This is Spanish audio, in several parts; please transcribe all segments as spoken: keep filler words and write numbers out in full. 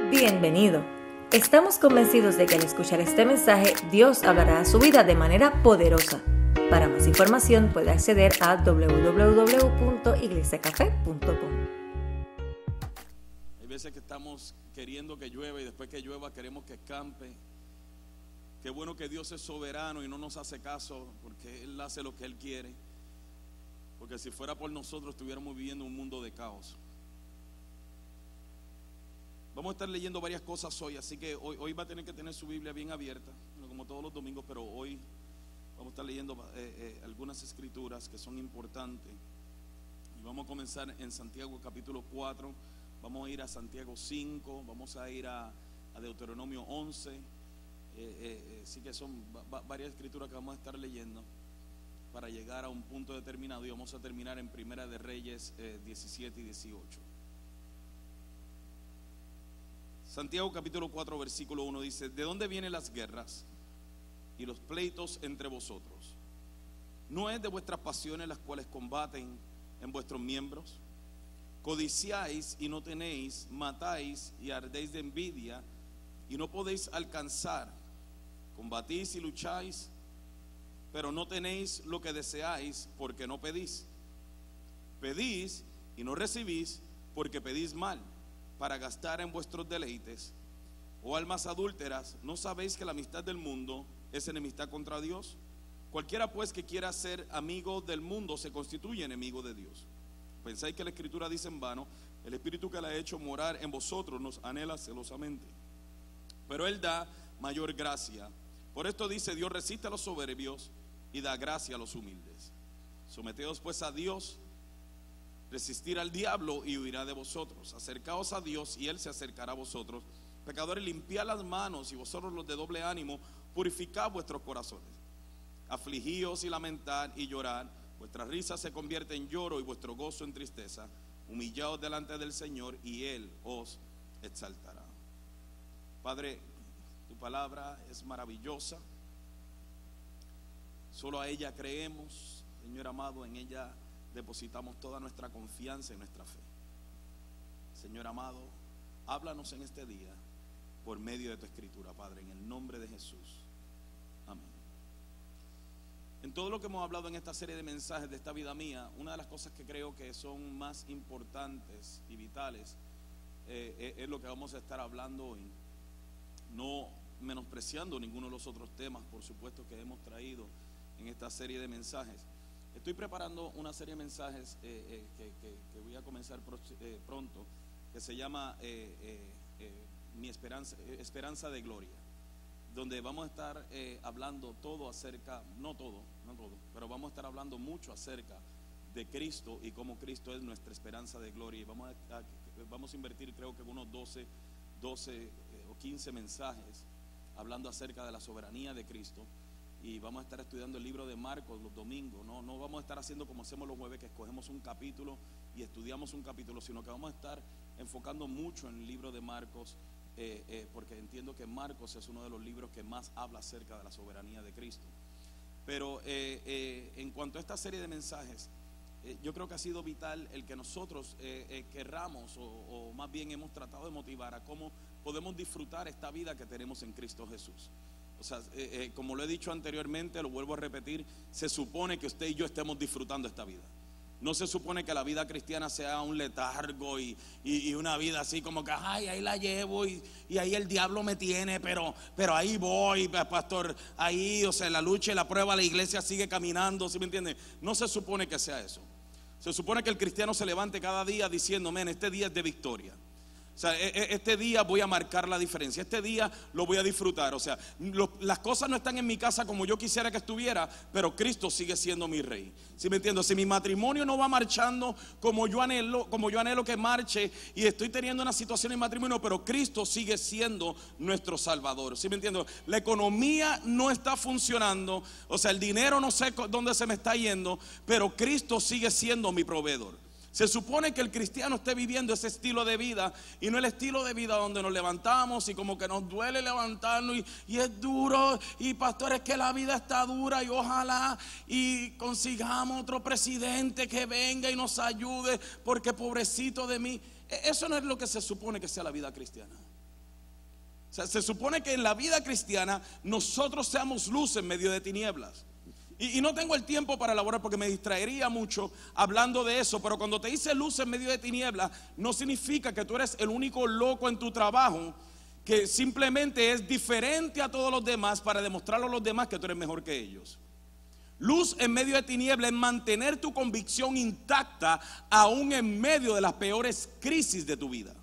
Bienvenido. Estamos convencidos de que al escuchar este mensaje, Dios hablará a su vida de manera poderosa. Para más información puede acceder a doble u doble u doble u punto iglesia café punto com. Hay veces que estamos queriendo que llueva y después que llueva queremos que escampe. Qué bueno que Dios es soberano y no nos hace caso porque Él hace lo que Él quiere. Porque si fuera por nosotros estuviéramos viviendo un mundo de caos. Vamos a estar leyendo varias cosas hoy, así que hoy, hoy va a tener que tener su Biblia bien abierta, como todos los domingos, pero hoy vamos a estar leyendo eh, eh, algunas escrituras que son importantes. Y vamos a comenzar en Santiago capítulo cuatro, vamos a ir a Santiago cinco, vamos a ir a, a Deuteronomio once, eh, eh, así que son va, varias escrituras que vamos a estar leyendo para llegar a un punto determinado, y vamos a terminar en Primera de Reyes eh, diecisiete y dieciocho. Santiago capítulo cuatro versículo uno dice: ¿de dónde vienen las guerras y los pleitos entre vosotros? ¿No es de vuestras pasiones las cuales combaten en vuestros miembros? Codiciáis y no tenéis, matáis y ardéis de envidia y no podéis alcanzar, combatís y lucháis, pero no tenéis lo que deseáis porque no pedís. Pedís y no recibís porque pedís mal, para gastar en vuestros deleites. Oh almas adúlteras, ¿no sabéis que la amistad del mundo es enemistad contra Dios? Cualquiera pues que quiera ser amigo del mundo se constituye enemigo de Dios. ¿Pensáis que la Escritura dice en vano: el Espíritu que la ha hecho morar en vosotros nos anhela celosamente? Pero Él da mayor gracia. Por esto dice: Dios resiste a los soberbios y da gracia a los humildes. Someteos pues a Dios. Resistir al diablo y huirá de vosotros. Acercaos a Dios y Él se acercará a vosotros. Pecadores, limpiad las manos, y vosotros los de doble ánimo, purificad vuestros corazones. Afligíos y lamentad y llorad. Vuestra risa se convierte en lloro y vuestro gozo en tristeza. Humillaos delante del Señor y Él os exaltará. Padre, tu palabra es maravillosa. Solo a ella creemos, Señor amado. En ella depositamos toda nuestra confianza y nuestra fe. Señor amado, háblanos en este día por medio de tu Escritura, Padre, en el nombre de Jesús. Amén. En todo lo que hemos hablado en esta serie de mensajes de esta vida mía, una de las cosas que creo que son más importantes y vitales eh, es lo que vamos a estar hablando hoy. No menospreciando ninguno de los otros temas, por supuesto, que hemos traído en esta serie de mensajes. Estoy preparando una serie de mensajes eh, eh, que, que, que voy a comenzar pro, eh, pronto, que se llama eh, eh, eh, Mi esperanza, eh, esperanza de gloria, donde vamos a estar eh, hablando todo acerca, no todo, no todo, pero vamos a estar hablando mucho acerca de Cristo y cómo Cristo es nuestra esperanza de gloria. Y vamos a, a, vamos a invertir, creo que unos doce, doce eh, o quince mensajes hablando acerca de la soberanía de Cristo. Y vamos a estar estudiando el libro de Marcos los domingos. No, no vamos a estar haciendo como hacemos los jueves, que escogemos un capítulo y estudiamos un capítulo, sino que vamos a estar enfocando mucho en el libro de Marcos, eh, eh, porque entiendo que Marcos es uno de los libros que más habla acerca de la soberanía de Cristo. Pero eh, eh, en cuanto a esta serie de mensajes, eh, yo creo que ha sido vital el que nosotros eh, eh, querramos o, o más bien hemos tratado de motivar a cómo podemos disfrutar esta vida que tenemos en Cristo Jesús. O sea, eh, eh, como lo he dicho anteriormente, lo vuelvo a repetir, se supone que usted y yo estemos disfrutando esta vida. No se supone que la vida cristiana sea un letargo y, y, y una vida así como que, ay, ahí la llevo y, y ahí el diablo me tiene, pero, pero ahí voy, pastor, ahí, o sea, la lucha y la prueba, la iglesia sigue caminando, ¿sí me entiende? No se supone que sea eso. Se supone que el cristiano se levante cada día diciendo: men, este día es de victoria. O sea, este día voy a marcar la diferencia, este día lo voy a disfrutar. O sea, lo, las cosas no están en mi casa como yo quisiera que estuviera, pero Cristo sigue siendo mi rey. ¿Sí me entiendo? Si mi matrimonio no va marchando como yo anhelo, como yo anhelo que marche, y estoy teniendo una situación en matrimonio, pero Cristo sigue siendo nuestro Salvador. ¿Sí me entiendo? La economía no está funcionando, o sea, el dinero no sé dónde se me está yendo, pero Cristo sigue siendo mi proveedor. Se supone que el cristiano esté viviendo ese estilo de vida y no el estilo de vida donde nos levantamos y como que nos duele levantarnos y, y es duro, y pastor, es que la vida está dura y ojalá y consigamos otro presidente que venga y nos ayude porque pobrecito de mí. Eso no es lo que se supone que sea la vida cristiana. O sea, se supone que en la vida cristiana nosotros seamos luz en medio de tinieblas. Y, y no tengo el tiempo para elaborar porque me distraería mucho hablando de eso. Pero cuando te dice luz en medio de tinieblas, no significa que tú eres el único loco en tu trabajo, que simplemente es diferente a todos los demás para demostrarle a los demás que tú eres mejor que ellos. Luz en medio de tinieblas es mantener tu convicción intacta aún en medio de las peores crisis de tu vida.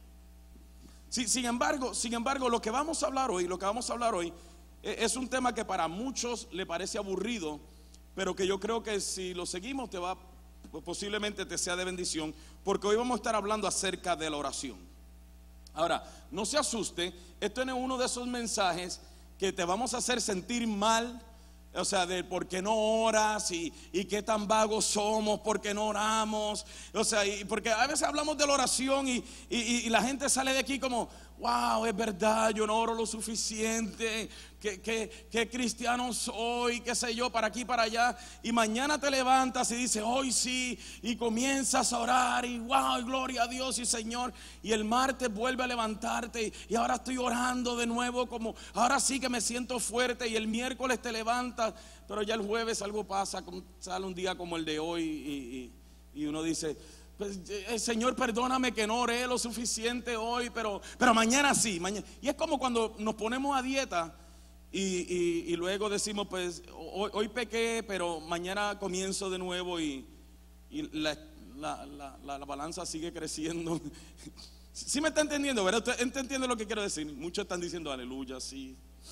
Sí, sin embargo, sin embargo, lo que vamos a hablar hoy, lo que vamos a hablar hoy es un tema que para muchos le parece aburrido, pero que yo creo que si lo seguimos te va, posiblemente te sea de bendición, porque hoy vamos a estar hablando acerca de la oración. Ahora, no se asuste, esto no es uno de esos mensajes que te vamos a hacer sentir mal. O sea, de por qué no oras y, y qué tan vagos somos, por qué no oramos. O sea, y porque a veces hablamos de la oración y, y, y la gente sale de aquí como, wow, es verdad, yo no oro lo suficiente, que, que, que cristiano soy, qué sé yo, para aquí, para allá. Y mañana te levantas y dices, hoy sí, y comienzas a orar y wow, gloria a Dios y Señor. Y el martes vuelve a levantarte y, y ahora estoy orando de nuevo, como ahora sí que me siento fuerte. Y el miércoles te levantas, pero ya el jueves algo pasa, sale un día como el de hoy y, y, y uno dice, pues, eh, Señor, perdóname que no oré lo suficiente hoy, pero, pero mañana sí, mañana. Y es como cuando nos ponemos a dieta y, y, y luego decimos, pues hoy, hoy pequé, pero mañana comienzo de nuevo y, y la, la, la, la, la balanza sigue creciendo. ¿Sí me está entendiendo, verdad? ¿Usted entiende lo que quiero decir? Muchos están diciendo aleluya, sí.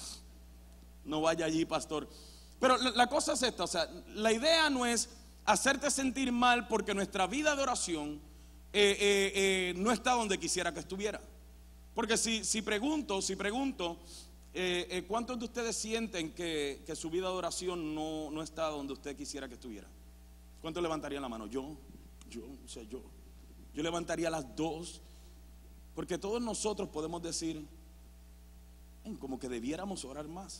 No vaya allí, pastor. Pero la, la cosa es esta, o sea, la idea no es hacerte sentir mal porque nuestra vida de oración eh, eh, eh, no está donde quisiera que estuviera. Porque si, si pregunto, si pregunto, eh, eh, ¿cuántos de ustedes sienten que, que su vida de oración no, no está donde usted quisiera que estuviera? ¿Cuántos levantarían la mano? Yo, yo, o sea, yo, yo levantaría las dos, porque todos nosotros podemos decir, como que debiéramos orar más.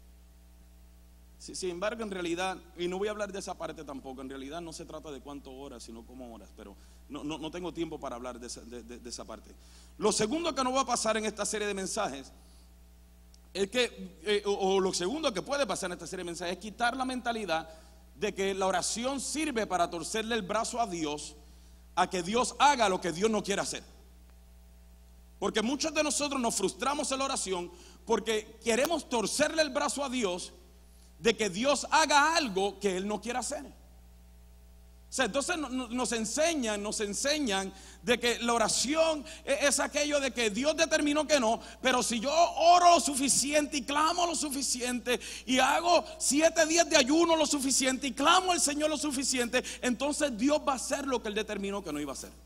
Sin embargo, en realidad, y no voy a hablar de esa parte tampoco, en realidad no se trata de cuánto oras, sino cómo oras, pero no, no, no tengo tiempo para hablar de esa, de, de, de esa parte. Lo segundo que no va a pasar en esta serie de mensajes es que, eh, o, o lo segundo que puede pasar en esta serie de mensajes es quitar la mentalidad de que la oración sirve para torcerle el brazo a Dios, a que Dios haga lo que Dios no quiere hacer. Porque muchos de nosotros nos frustramos en la oración porque queremos torcerle el brazo a Dios de que Dios haga algo que Él no quiere hacer. O sea, entonces nos enseñan, nos enseñan de que la oración es aquello de que Dios determinó que no, pero si yo oro lo suficiente y clamo lo suficiente y hago siete días de ayuno lo suficiente y clamo al Señor lo suficiente, entonces Dios va a hacer lo que Él determinó que no iba a hacer.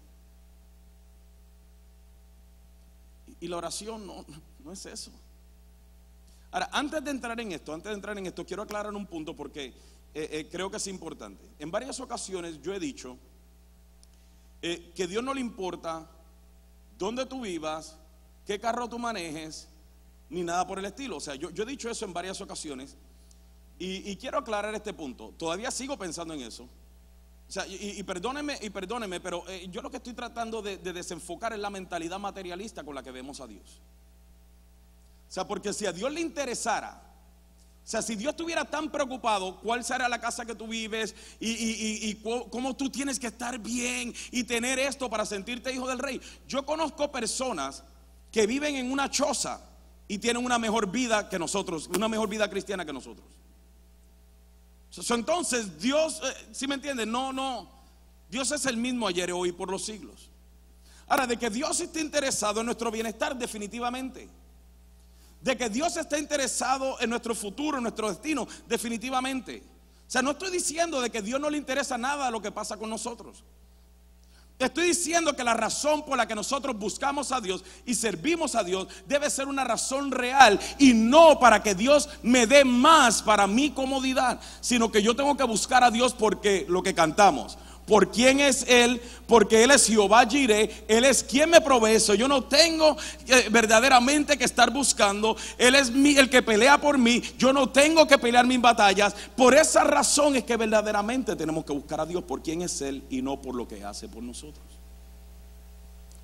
Y la oración no, no es eso. Ahora, antes de entrar en esto, antes de entrar en esto, quiero aclarar un punto porque eh, eh, creo que es importante. En varias ocasiones yo he dicho eh, que a Dios no le importa dónde tú vivas, qué carro tú manejes, ni nada por el estilo. O sea, yo, yo he dicho eso en varias ocasiones y, y quiero aclarar este punto. Todavía sigo pensando en eso. O sea, y, y perdóneme, y perdóneme, pero eh, yo lo que estoy tratando de, de desenfocar es la mentalidad materialista con la que vemos a Dios. O sea, porque si a Dios le interesara, o sea, si Dios estuviera tan preocupado cuál será la casa que tú vives y, y, y, y cómo tú tienes que estar bien y tener esto para sentirte hijo del rey. Yo conozco personas que viven en una choza y tienen una mejor vida que nosotros, una mejor vida cristiana que nosotros. O sea, entonces Dios, eh, ¿sí me entienden? No, no, Dios es el mismo ayer, hoy y por los siglos. Ahora, de que Dios esté interesado en nuestro bienestar, definitivamente. De que Dios está interesado en nuestro futuro, en nuestro destino, definitivamente. O sea, no estoy diciendo de que a Dios no le interesa nada de lo que pasa con nosotros. Estoy diciendo que la razón por la que nosotros buscamos a Dios y servimos a Dios debe ser una razón real y no para que Dios me dé más para mi comodidad, sino que yo tengo que buscar a Dios porque lo que cantamos. ¿Por quién es Él? Porque Él es Jehová Jireh. Él es quien me provee eso. Yo no tengo eh, verdaderamente que estar buscando. Él es mi, el que pelea por mí. Yo no tengo que pelear mis batallas. Por esa razón es que verdaderamente tenemos que buscar a Dios por quién es Él y no por lo que hace por nosotros.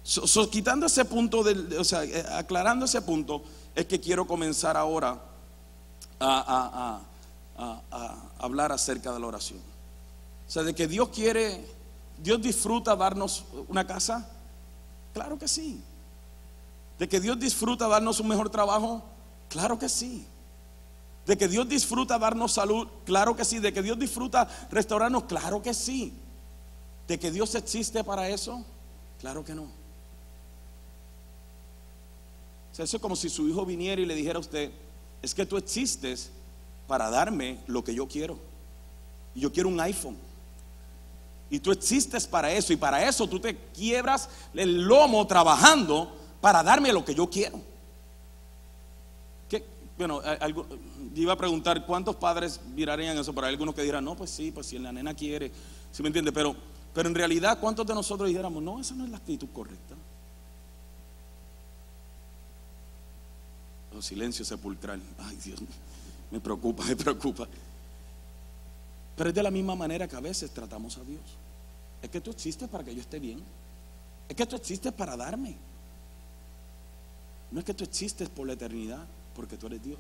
So, so, quitando ese punto, del, o sea, aclarando ese punto, es que quiero comenzar ahora a, a, a, a, a hablar acerca de la oración. O sea, de que Dios quiere, Dios disfruta darnos una casa, claro que sí. De que Dios disfruta darnos un mejor trabajo, claro que sí. De que Dios disfruta darnos salud, claro que sí. De que Dios disfruta restaurarnos, claro que sí. De que Dios existe para eso, claro que no. O sea, eso es como si su hijo viniera y le dijera a usted: es que tú existes para darme lo que yo quiero. Y yo quiero un iPhone. Y tú existes para eso. Y para eso tú te quiebras el lomo trabajando para darme lo que yo quiero. ¿Qué? Bueno, algo, yo iba a preguntar cuántos padres mirarían eso, pero hay algunos que dirán: no, pues sí, pues si la nena quiere, ¿sí me entiende? Pero, pero en realidad, ¿cuántos de nosotros dijéramos: no, esa no es la actitud correcta? Oh, silencio sepulcral. Ay, Dios, me preocupa, me preocupa. Pero es de la misma manera que a veces tratamos a Dios. Es que tú existes para que yo esté bien. Es que tú existes para darme. No es que tú existes por la eternidad, porque tú eres Dios.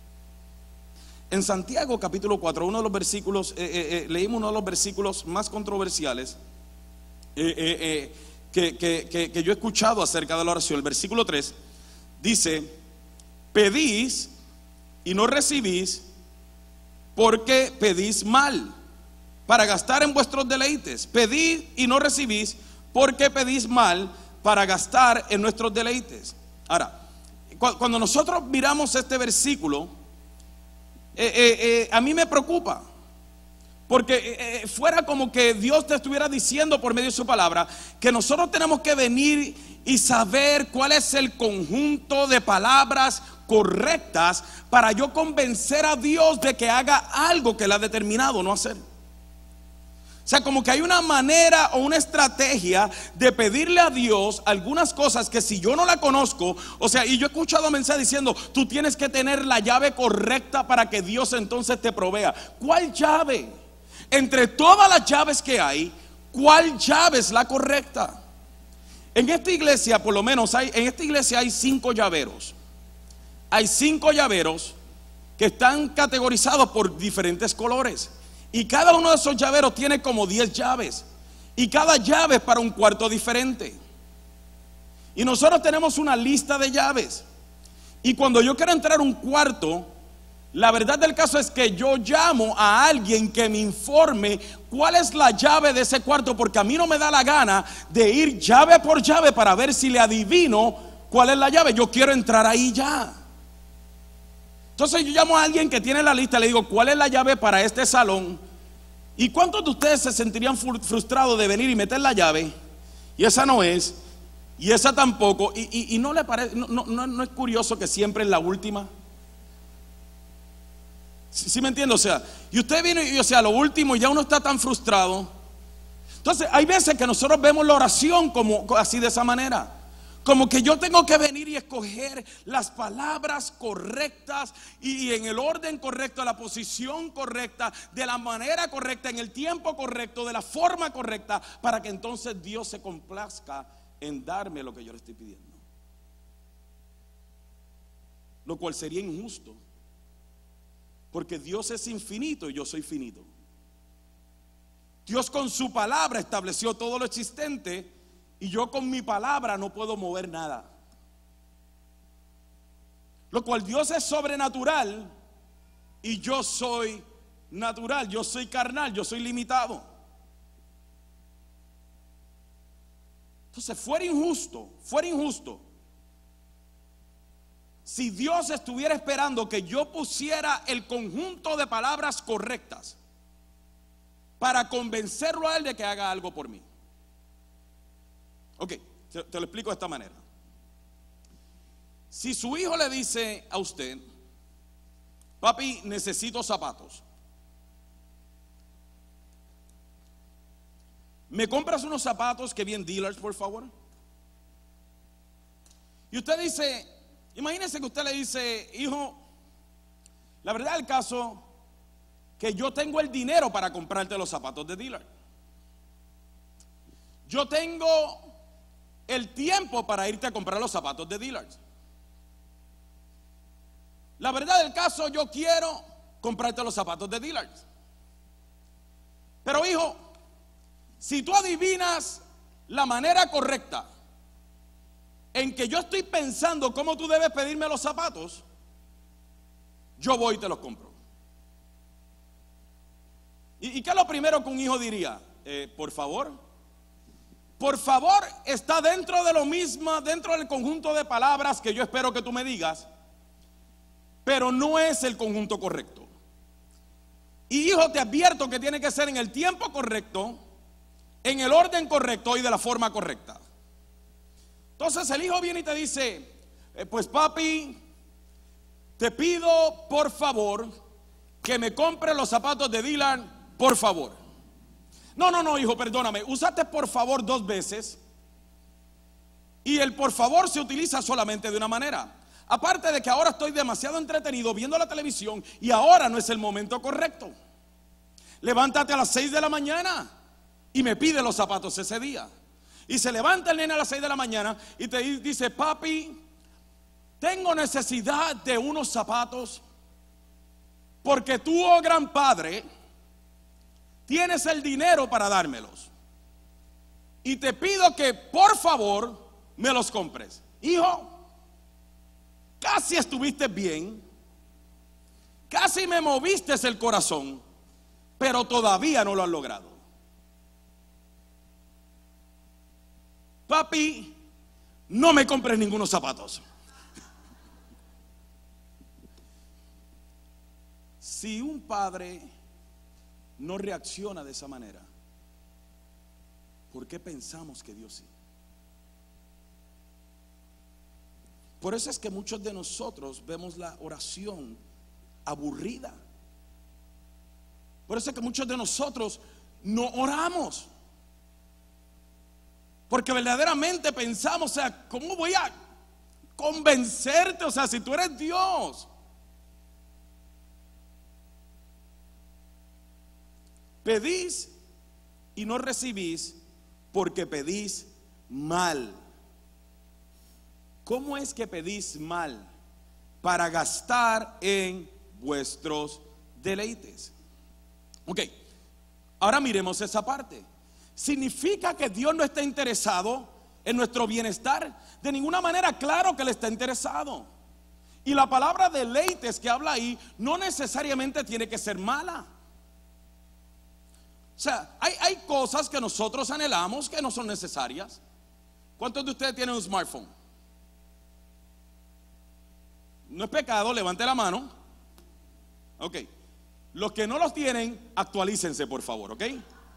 En Santiago capítulo cuatro, uno de los versículos, eh, eh, eh, leímos uno de los versículos más controversiales eh, eh, eh, que, que, que, que yo he escuchado acerca de la oración. El versículo tres dice: pedís y no recibís, porque pedís mal, para gastar en vuestros deleites. Pedid y no recibís, porque pedís mal, para gastar en nuestros deleites. Ahora, cuando nosotros miramos este versículo, eh, eh, eh, a mí me preocupa, porque eh, fuera como que Dios te estuviera diciendo por medio de su palabra que nosotros tenemos que venir y saber cuál es el conjunto de palabras correctas para yo convencer a Dios de que haga algo que Él ha determinado no hacer. O sea, como que hay una manera o una estrategia de pedirle a Dios algunas cosas que si yo no la conozco, o sea, y yo he escuchado mensajes diciendo: tú tienes que tener la llave correcta para que Dios entonces te provea. ¿Cuál llave? Entre todas las llaves que hay, ¿cuál llave es la correcta? En esta iglesia, por lo menos hay, en esta iglesia hay cinco llaveros. Hay cinco llaveros que están categorizados por diferentes colores. Y cada uno de esos llaveros tiene como diez llaves. Y cada llave es para un cuarto diferente. Y nosotros tenemos una lista de llaves. Y cuando yo quiero entrar a un cuarto, la verdad del caso es que yo llamo a alguien que me informe cuál es la llave de ese cuarto, porque a mí no me da la gana de ir llave por llave para ver si le adivino cuál es la llave. Yo quiero entrar ahí ya. Entonces yo llamo a alguien que tiene la lista, le digo: ¿cuál es la llave para este salón? ¿Y cuántos de ustedes se sentirían frustrados de venir y meter la llave y esa no es, y esa tampoco, y, y, y no le parece, no, no, no es curioso que siempre es la última? ¿Sí, sí me entiende? O sea, y usted vino y, o sea, lo último, y ya uno está tan frustrado. Entonces hay veces que nosotros vemos la oración como así, de esa manera. Como que yo tengo que venir y escoger las palabras correctas y en el orden correcto, la posición correcta, de la manera correcta, en el tiempo correcto, de la forma correcta, para que entonces Dios se complazca en darme lo que yo le estoy pidiendo. Lo cual sería injusto, porque Dios es infinito y yo soy finito. Dios con su palabra estableció todo lo existente, y yo con mi palabra no puedo mover nada. Lo cual Dios es sobrenatural y yo soy natural, yo soy carnal, yo soy limitado. Entonces fuera injusto, fuera injusto si Dios estuviera esperando que yo pusiera el conjunto de palabras correctas para convencerlo a Él de que haga algo por mí. Ok, te, te lo explico de esta manera. Si su hijo le dice a usted: papi, necesito zapatos, ¿me compras unos zapatos que vienen dealers, por favor? Y usted dice, imagínese que usted le dice: hijo, la verdad del caso que yo tengo el dinero para comprarte los zapatos de dealer. Yo tengo el tiempo para irte a comprar los zapatos de Dillard's. La verdad del caso, yo quiero comprarte los zapatos de Dillard's. Pero hijo, si tú adivinas la manera correcta en que yo estoy pensando cómo tú debes pedirme los zapatos, yo voy y te los compro. ¿Y, y qué es lo primero que un hijo diría? Eh, por favor. Por favor está dentro de lo mismo, dentro del conjunto de palabras que yo espero que tú me digas, pero no es el conjunto correcto. Y hijo, te advierto que tiene que ser en el tiempo correcto, en el orden correcto y de la forma correcta. Entonces el hijo viene y te dice, eh, pues papi, te pido por favor que me compre los zapatos de Dillard, por favor. No, no, no, hijo, perdóname, usaste por favor dos veces y el por favor se utiliza solamente de una manera. Aparte de que ahora estoy demasiado entretenido viendo la televisión y ahora no es el momento correcto. Levántate a las seis de la mañana y me pide los zapatos ese día. Y se levanta el nene a las seis de la mañana y te dice, papi, tengo necesidad de unos zapatos porque tú, oh gran padre, tienes el dinero para dármelos. Y te pido que por favor me los compres. Hijo, casi estuviste bien, casi me moviste el corazón, pero todavía no lo has logrado. Papi, no me compres ningunos zapatos. Si un padre no reacciona de esa manera, ¿por qué pensamos que Dios sí? Por eso es que muchos de nosotros vemos la oración aburrida. Por eso es que muchos de nosotros no oramos. Porque verdaderamente pensamos, o sea, ¿cómo voy a convencerte? O sea, si tú eres Dios. Pedís y no recibís porque pedís mal. ¿Cómo es que pedís mal? Para gastar en vuestros deleites. Ok, ahora miremos esa parte. ¿Significa que Dios no está interesado en nuestro bienestar? De ninguna manera, claro que Él está interesado. Y la palabra deleites que habla ahí no necesariamente tiene que ser mala. O sea, hay, hay cosas que nosotros anhelamos que no son necesarias. ¿Cuántos de ustedes tienen un smartphone? No es pecado, levante la mano. Ok. Los que no los tienen, actualícense por favor, ok.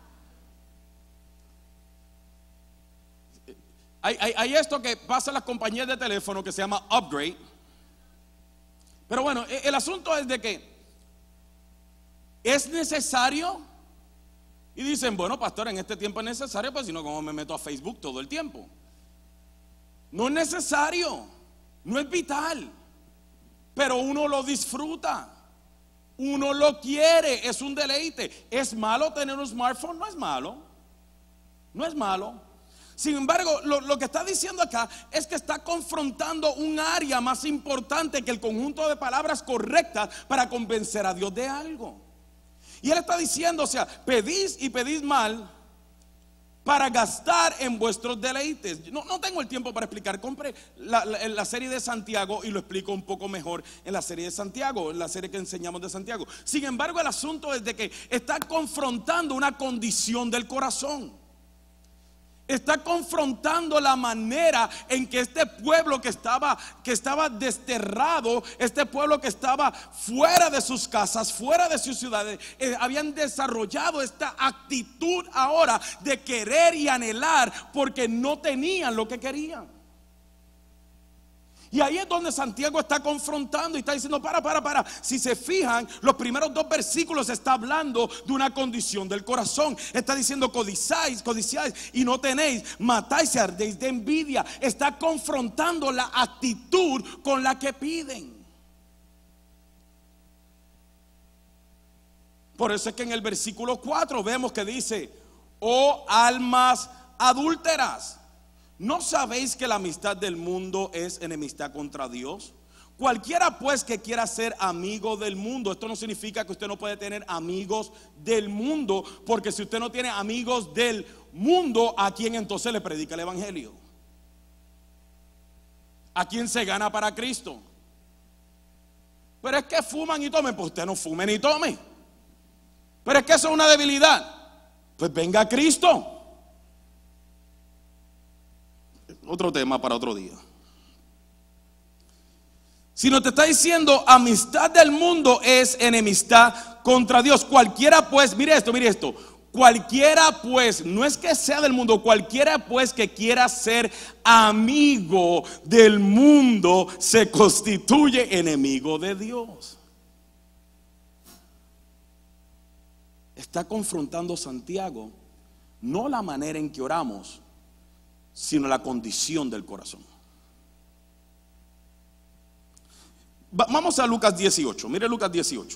Hay, hay, hay esto que pasa en las compañías de teléfono que se llama upgrade. Pero bueno, el asunto es de que es necesario. Y dicen, bueno, pastor, en este tiempo es necesario, pues si no, ¿cómo me meto a Facebook todo el tiempo? No es necesario, no es vital, pero uno lo disfruta, uno lo quiere, es un deleite. ¿Es malo tener un smartphone? No es malo, no es malo. Sin embargo, lo, lo que está diciendo acá es que está confrontando un área más importante que el conjunto de palabras correctas para convencer a Dios de algo. Y Él está diciendo, o sea, pedís y pedís mal para gastar en vuestros deleites. No, no tengo el tiempo para explicar. Compre la, la, la serie de Santiago y lo explico un poco mejor en la serie de Santiago, en la serie que enseñamos de Santiago. Sin embargo, el asunto es de que está confrontando una condición del corazón. Está confrontando la manera en que este pueblo que estaba, que estaba desterrado, este pueblo que estaba fuera de sus casas, fuera de sus ciudades, eh, habían desarrollado esta actitud ahora de querer y anhelar porque no tenían lo que querían. Y ahí es donde Santiago está confrontando y está diciendo, para, para, para. Si se fijan, los primeros dos versículos está hablando de una condición del corazón. Está diciendo, codiciáis, codiciáis y no tenéis, matáis y ardéis de envidia. Está confrontando la actitud con la que piden. Por eso es que en el versículo cuatro vemos que dice, oh almas adúlteras, ¿no sabéis que la amistad del mundo es enemistad contra Dios? Cualquiera pues que quiera ser amigo del mundo, esto no significa que usted no puede tener amigos del mundo, porque si usted no tiene amigos del mundo, ¿a quién entonces le predica el evangelio? ¿A quién se gana para Cristo? Pero es que fuman y tomen, pues usted no fume ni tome. Pero es que eso es una debilidad, pues venga a Cristo. Otro tema para otro día. Si no te está diciendo amistad del mundo es enemistad contra Dios. Cualquiera pues, mire esto, mire esto. Cualquiera pues, no es que sea del mundo, cualquiera pues que quiera ser amigo del mundo se constituye enemigo de Dios. Está confrontando Santiago no la manera en que oramos, sino la condición del corazón. Vamos a Lucas dieciocho, mire Lucas dieciocho.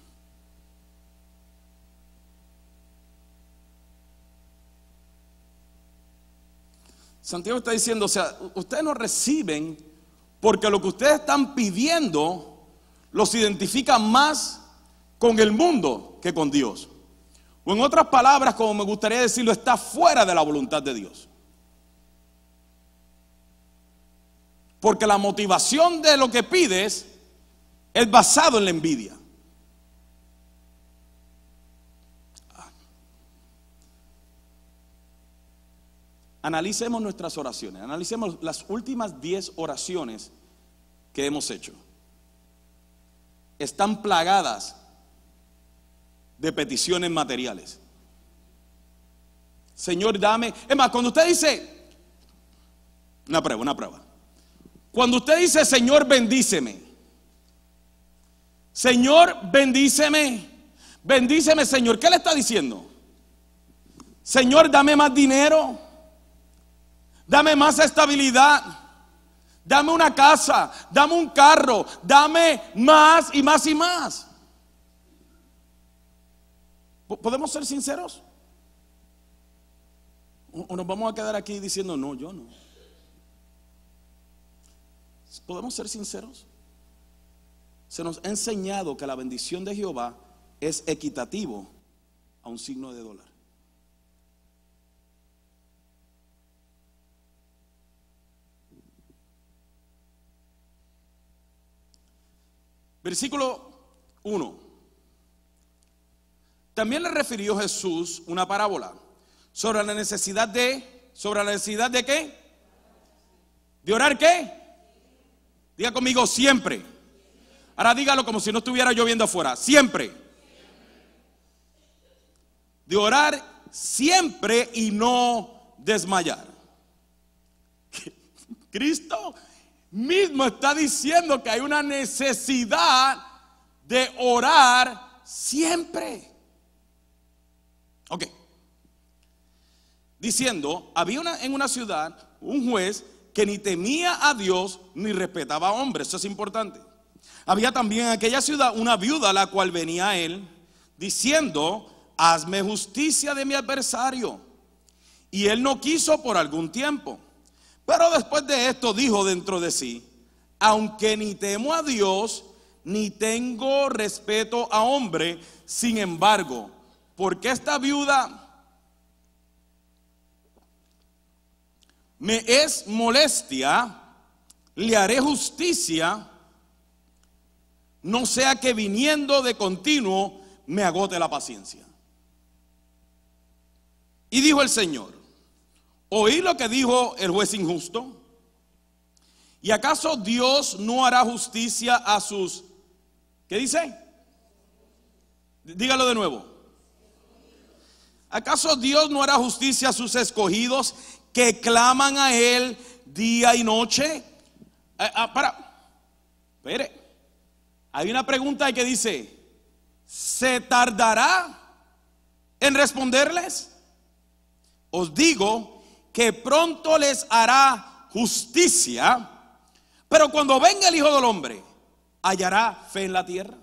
Santiago está diciendo, o sea, ustedes no reciben porque lo que ustedes están pidiendo los identifica más con el mundo que con Dios. O en otras palabras, como me gustaría decirlo, está fuera de la voluntad de Dios. Porque la motivación de lo que pides es basado en la envidia. Analicemos nuestras oraciones, analicemos las últimas diez oraciones que hemos hecho. Están plagadas de peticiones materiales. Señor, dame. Es más, cuando usted dice, una prueba, una prueba. Cuando usted dice, Señor, bendíceme. Señor, bendíceme. Bendíceme, Señor. ¿Qué le está diciendo? Señor, dame más dinero. Dame más estabilidad. Dame una casa. Dame un carro. Dame más y más y más. ¿Podemos ser sinceros? ¿O nos vamos a quedar aquí diciendo, no, yo no? ¿Podemos ser sinceros? Se nos ha enseñado que la bendición de Jehová es equitativo a un signo de dólar. Versículo uno. También le refirió Jesús una parábola sobre la necesidad de, sobre la necesidad de ¿qué? ¿De orar qué? Diga conmigo, siempre. Ahora dígalo como si no estuviera lloviendo afuera. Siempre. De orar siempre y no desmayar. Cristo mismo está diciendo que hay una necesidad de orar siempre. Ok. Diciendo, había una, en una ciudad un juez que ni temía a Dios ni respetaba a hombres. Eso es importante. Había también en aquella ciudad una viuda a la cual venía a él diciendo, hazme justicia de mi adversario. Y él no quiso por algún tiempo. Pero después de esto dijo dentro de sí, aunque ni temo a Dios ni tengo respeto a hombre, sin embargo, porque esta viuda me es molestia, le haré justicia, no sea que viniendo de continuo me agote la paciencia. Y dijo el Señor, ¿oí lo que dijo el juez injusto? ¿Y acaso Dios no hará justicia a sus, ¿qué dice? Dígalo de nuevo. ¿Acaso Dios no hará justicia a sus escogidos que claman a Él día y noche? Ah, ah, para, espere. Hay una pregunta que dice, ¿se tardará en responderles? Os digo que pronto les hará justicia, pero cuando venga el Hijo del Hombre, ¿hallará fe en la tierra?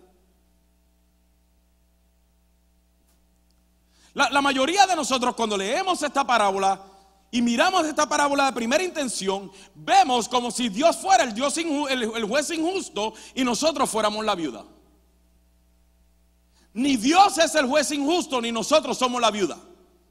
La, la mayoría de nosotros cuando leemos esta parábola y miramos esta parábola de primera intención, vemos como si Dios fuera el, Dios inju- el, el juez injusto y nosotros fuéramos la viuda. Ni Dios es el juez injusto, ni nosotros somos la viuda.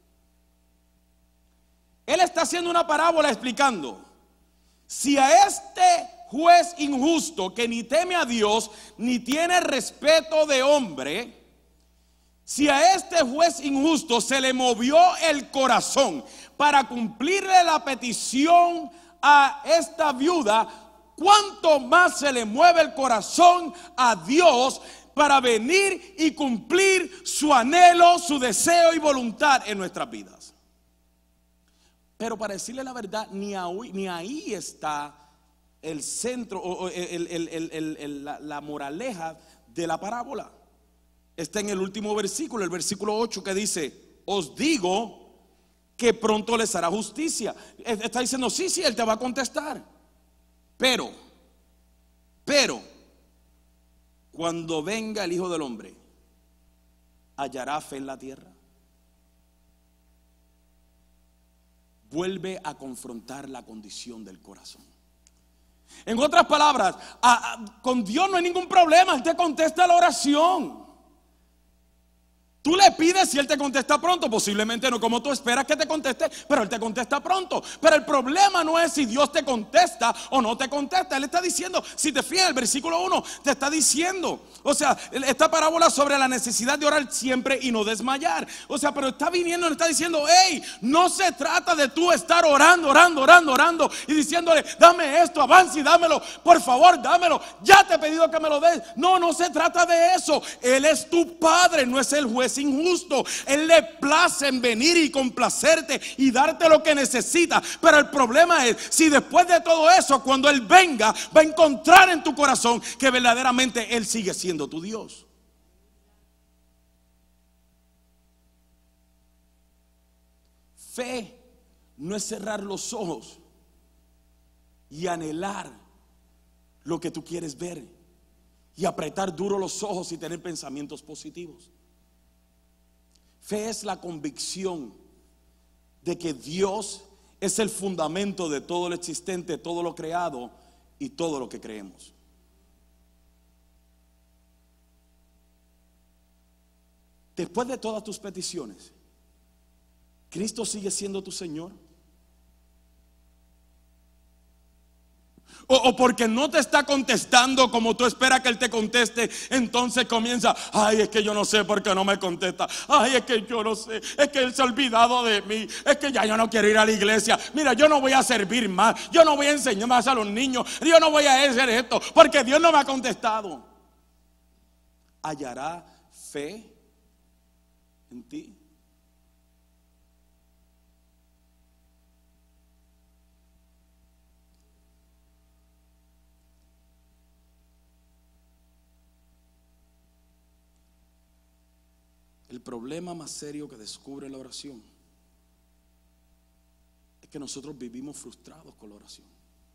Él está haciendo una parábola explicando: si a este juez injusto, que ni teme a Dios, ni tiene respeto de hombre, si a este juez injusto se le movió el corazón para cumplirle la petición a esta viuda, ¿cuánto más se le mueve el corazón a Dios para venir y cumplir su anhelo, su deseo y voluntad en nuestras vidas? Pero para decirle la verdad, ni ahí, ni ahí está el centro o el, el, el, el, el, la, la moraleja de la parábola. Está en el último versículo, el versículo ocho, que dice: os digo que pronto les hará justicia. Está diciendo, sí, sí, Él te va a contestar. Pero, pero, cuando venga el Hijo del Hombre, ¿hallará fe en la tierra? Vuelve a confrontar la condición del corazón. En otras palabras, a, a, con Dios no hay ningún problema. Él te contesta la oración. Tú le pides y Él te contesta pronto. Posiblemente no como tú esperas que te conteste, pero Él te contesta pronto. Pero el problema no es si Dios te contesta o no te contesta. Él está diciendo, si te fijas, el versículo uno te está diciendo, o sea, esta parábola sobre la necesidad de orar siempre y no desmayar. O sea, pero está viniendo, le está diciendo, hey, no se trata de tú estar orando, orando, orando, orando y diciéndole, dame esto, avance y dámelo, por favor, dámelo, ya te he pedido que me lo des. No, no se trata de eso. Él es tu Padre, no es el juez injusto. Él le place en venir y complacerte y darte lo que necesita. Pero el problema es si después de todo eso, cuando Él venga, va a encontrar en tu corazón que verdaderamente Él sigue siendo tu Dios. Fe no es cerrar los ojos y anhelar lo que tú quieres ver y apretar duro los ojos y tener pensamientos positivos. Fe es la convicción de que Dios es el fundamento de todo lo existente, todo lo creado y todo lo que creemos. Después de todas tus peticiones, ¿Cristo sigue siendo tu Señor? O, o porque no te está contestando como tú esperas que Él te conteste, entonces comienza, ay, es que yo no sé por qué no me contesta. Ay, es que yo no sé, es que Él se ha olvidado de mí. Es que ya yo no quiero ir a la iglesia. Mira, yo no voy a servir más. Yo no voy a enseñar más a los niños. Yo no voy a hacer esto porque Dios no me ha contestado. ¿Hallará fe en ti? El problema más serio que descubre la oración es que nosotros vivimos frustrados con la oración.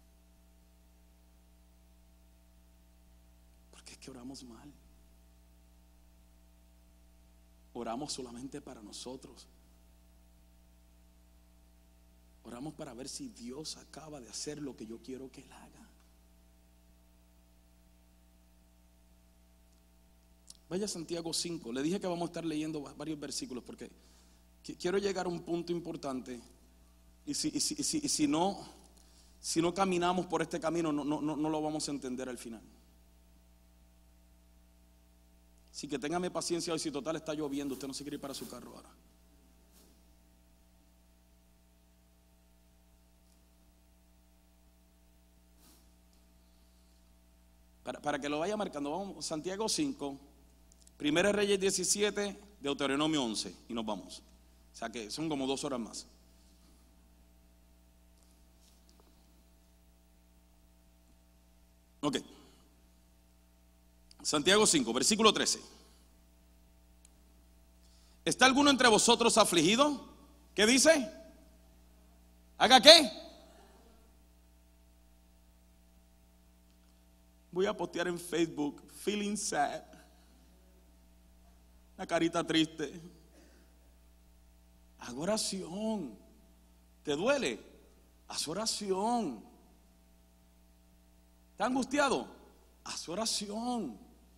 Porque es que oramos mal. Oramos solamente para nosotros. Oramos para ver si Dios acaba de hacer lo que yo quiero que Él haga. Vaya a Santiago cinco. Le dije que vamos a estar leyendo varios versículos porque quiero llegar a un punto importante. Y si, y si, y si, y si no, si no caminamos por este camino, no, no, no, no lo vamos a entender al final. Así que téngame paciencia hoy. Si total está lloviendo, usted no se quiere ir para su carro ahora. Para, para que lo vaya marcando, vamos, Santiago cinco, Primera Reyes diecisiete, Deuteronomio once, y nos vamos. O sea que son como dos horas más. Ok. Santiago cinco, versículo trece. ¿Está alguno entre vosotros afligido? ¿Qué dice? ¿Haga qué? Voy a postear en Facebook, feeling sad. Una carita triste. Haga oración. ¿Te duele? Haz oración. ¿Estás angustiado? Haz oración.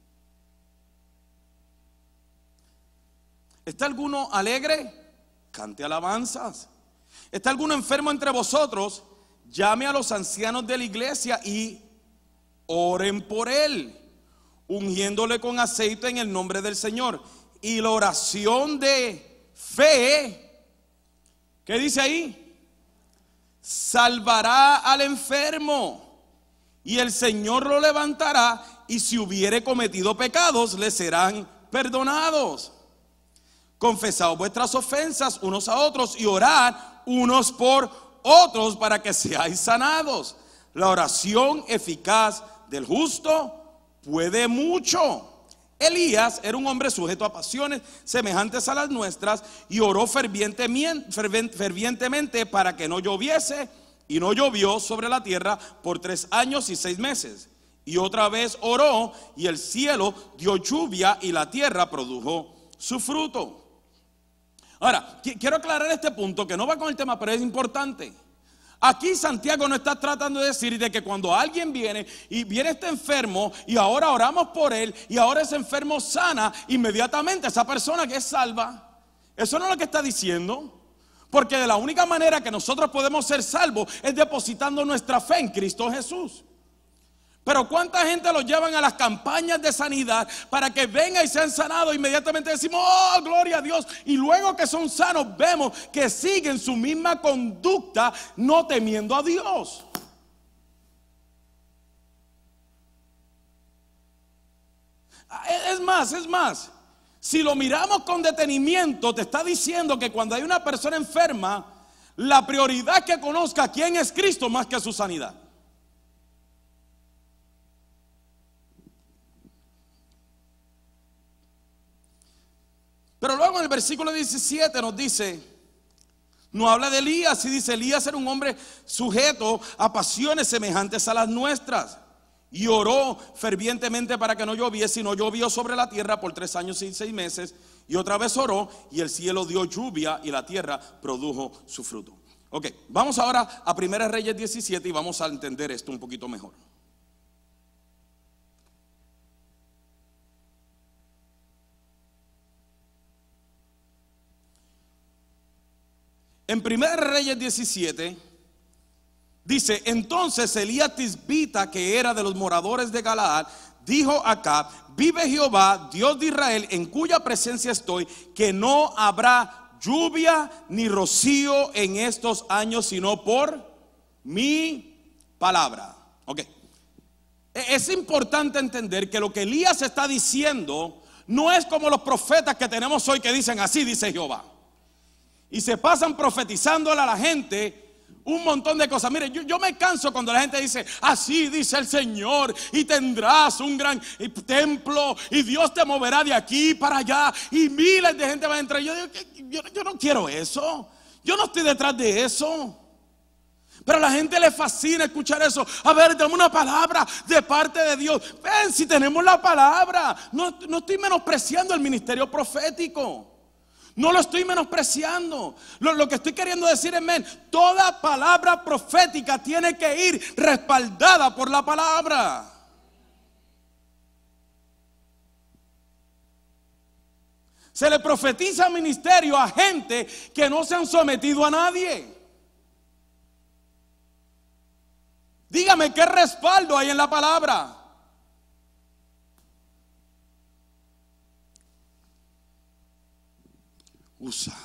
¿Está alguno alegre? Cante alabanzas. ¿Está alguno enfermo entre vosotros? Llame a los ancianos de la iglesia y oren por él, ungiéndole con aceite en el nombre del Señor. Y la oración de fe, ¿qué dice ahí? Salvará al enfermo, y el Señor lo levantará, y si hubiere cometido pecados, le serán perdonados. Confesaos vuestras ofensas unos a otros y orad unos por otros para que seáis sanados. La oración eficaz del justo puede mucho. Elías era un hombre sujeto a pasiones semejantes a las nuestras y oró fervientemente para que no lloviese, y no llovió sobre la tierra por tres años y seis meses. Y otra vez oró, y el cielo dio lluvia y la tierra produjo su fruto. Ahora, quiero aclarar este punto que no va con el tema, pero es importante. Aquí Santiago no está tratando de decir de que cuando alguien viene y viene este enfermo y ahora oramos por él y ahora ese enfermo sana, inmediatamente esa persona que es salva. Eso no es lo que está diciendo. Porque de la única manera que nosotros podemos ser salvos es depositando nuestra fe en Cristo Jesús. Pero ¿cuánta gente los llevan a las campañas de sanidad para que vengan y sean sanados? Inmediatamente decimos, oh, gloria a Dios. Y luego que son sanos vemos que siguen su misma conducta, no temiendo a Dios. Es más, es más, si lo miramos con detenimiento, te está diciendo que cuando hay una persona enferma, la prioridad es que conozca quién es Cristo más que su sanidad. Pero luego en el versículo diecisiete nos dice, no habla de Elías, y dice, Elías era un hombre sujeto a pasiones semejantes a las nuestras, y oró fervientemente para que no lloviese, y no llovió sobre la tierra por tres años y seis meses, y otra vez oró, y el cielo dio lluvia, y la tierra produjo su fruto. Ok, vamos ahora a Primera Reyes diecisiete, y vamos a entender esto un poquito mejor. En Primera Reyes diecisiete dice, entonces Elías Tisbita, que era de los moradores de Galaad, dijo a Acab, vive Jehová, Dios de Israel, en cuya presencia estoy, que no habrá lluvia ni rocío en estos años, sino por mi palabra. Ok, es importante entender que lo que Elías está diciendo no es como los profetas que tenemos hoy que dicen, así dice Jehová. Y se pasan profetizándole a la gente un montón de cosas. Mire, yo, yo me canso cuando la gente dice, así dice el Señor, y tendrás un gran templo, y Dios te moverá de aquí para allá, y miles de gente va a entrar. Yo digo, yo, yo no quiero eso. Yo no estoy detrás de eso. Pero a la gente le fascina escuchar eso. A ver, dame una palabra de parte de Dios. Ven, si tenemos la palabra. No, no estoy menospreciando el ministerio profético. No lo estoy menospreciando. Lo, lo que estoy queriendo decir es, men, toda palabra profética tiene que ir respaldada por la palabra. Se le profetiza ministerio a gente que no se han sometido a nadie. Dígame, ¿qué respaldo hay en la palabra? Usa.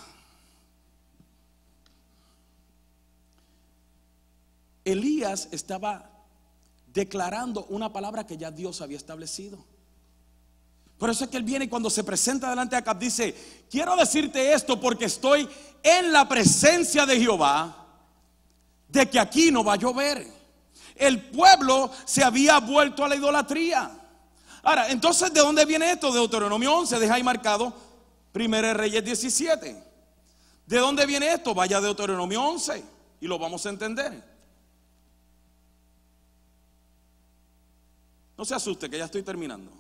Elías estaba declarando una palabra que ya Dios había establecido. Por eso es que él viene y cuando se presenta delante de Acab dice, quiero decirte esto porque estoy en la presencia de Jehová, de que aquí no va a llover. El pueblo se había vuelto a la idolatría. Ahora, entonces, ¿de dónde viene esto? De Deuteronomio once, deja ahí marcado Primera Reyes diecisiete. ¿De dónde viene esto? Vaya a Deuteronomio once y lo vamos a entender. No se asuste que ya estoy terminando.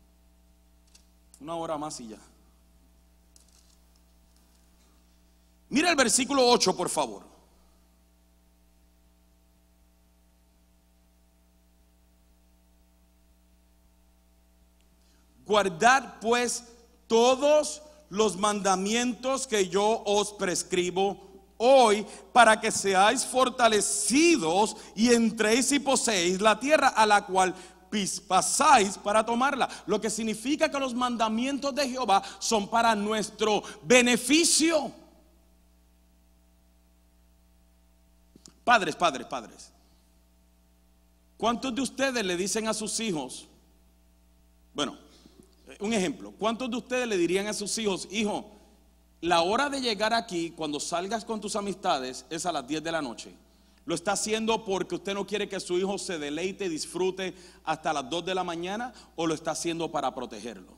Una hora más y ya. Mira el versículo ocho, por favor. Guardad pues todos los mandamientos que yo os prescribo hoy, para que seáis fortalecidos y entréis y poseéis la tierra a la cual pasáis para tomarla. Lo que significa que los mandamientos de Jehová son para nuestro beneficio. Padres, padres, padres, ¿cuántos de ustedes le dicen a sus hijos? Bueno, un ejemplo, ¿cuántos de ustedes le dirían a sus hijos: hijo, la hora de llegar aquí, cuando salgas con tus amistades, es a las diez de la noche? ¿Lo está haciendo porque usted no quiere que su hijo se deleite y disfrute hasta las dos de la mañana? ¿O lo está haciendo para protegerlo?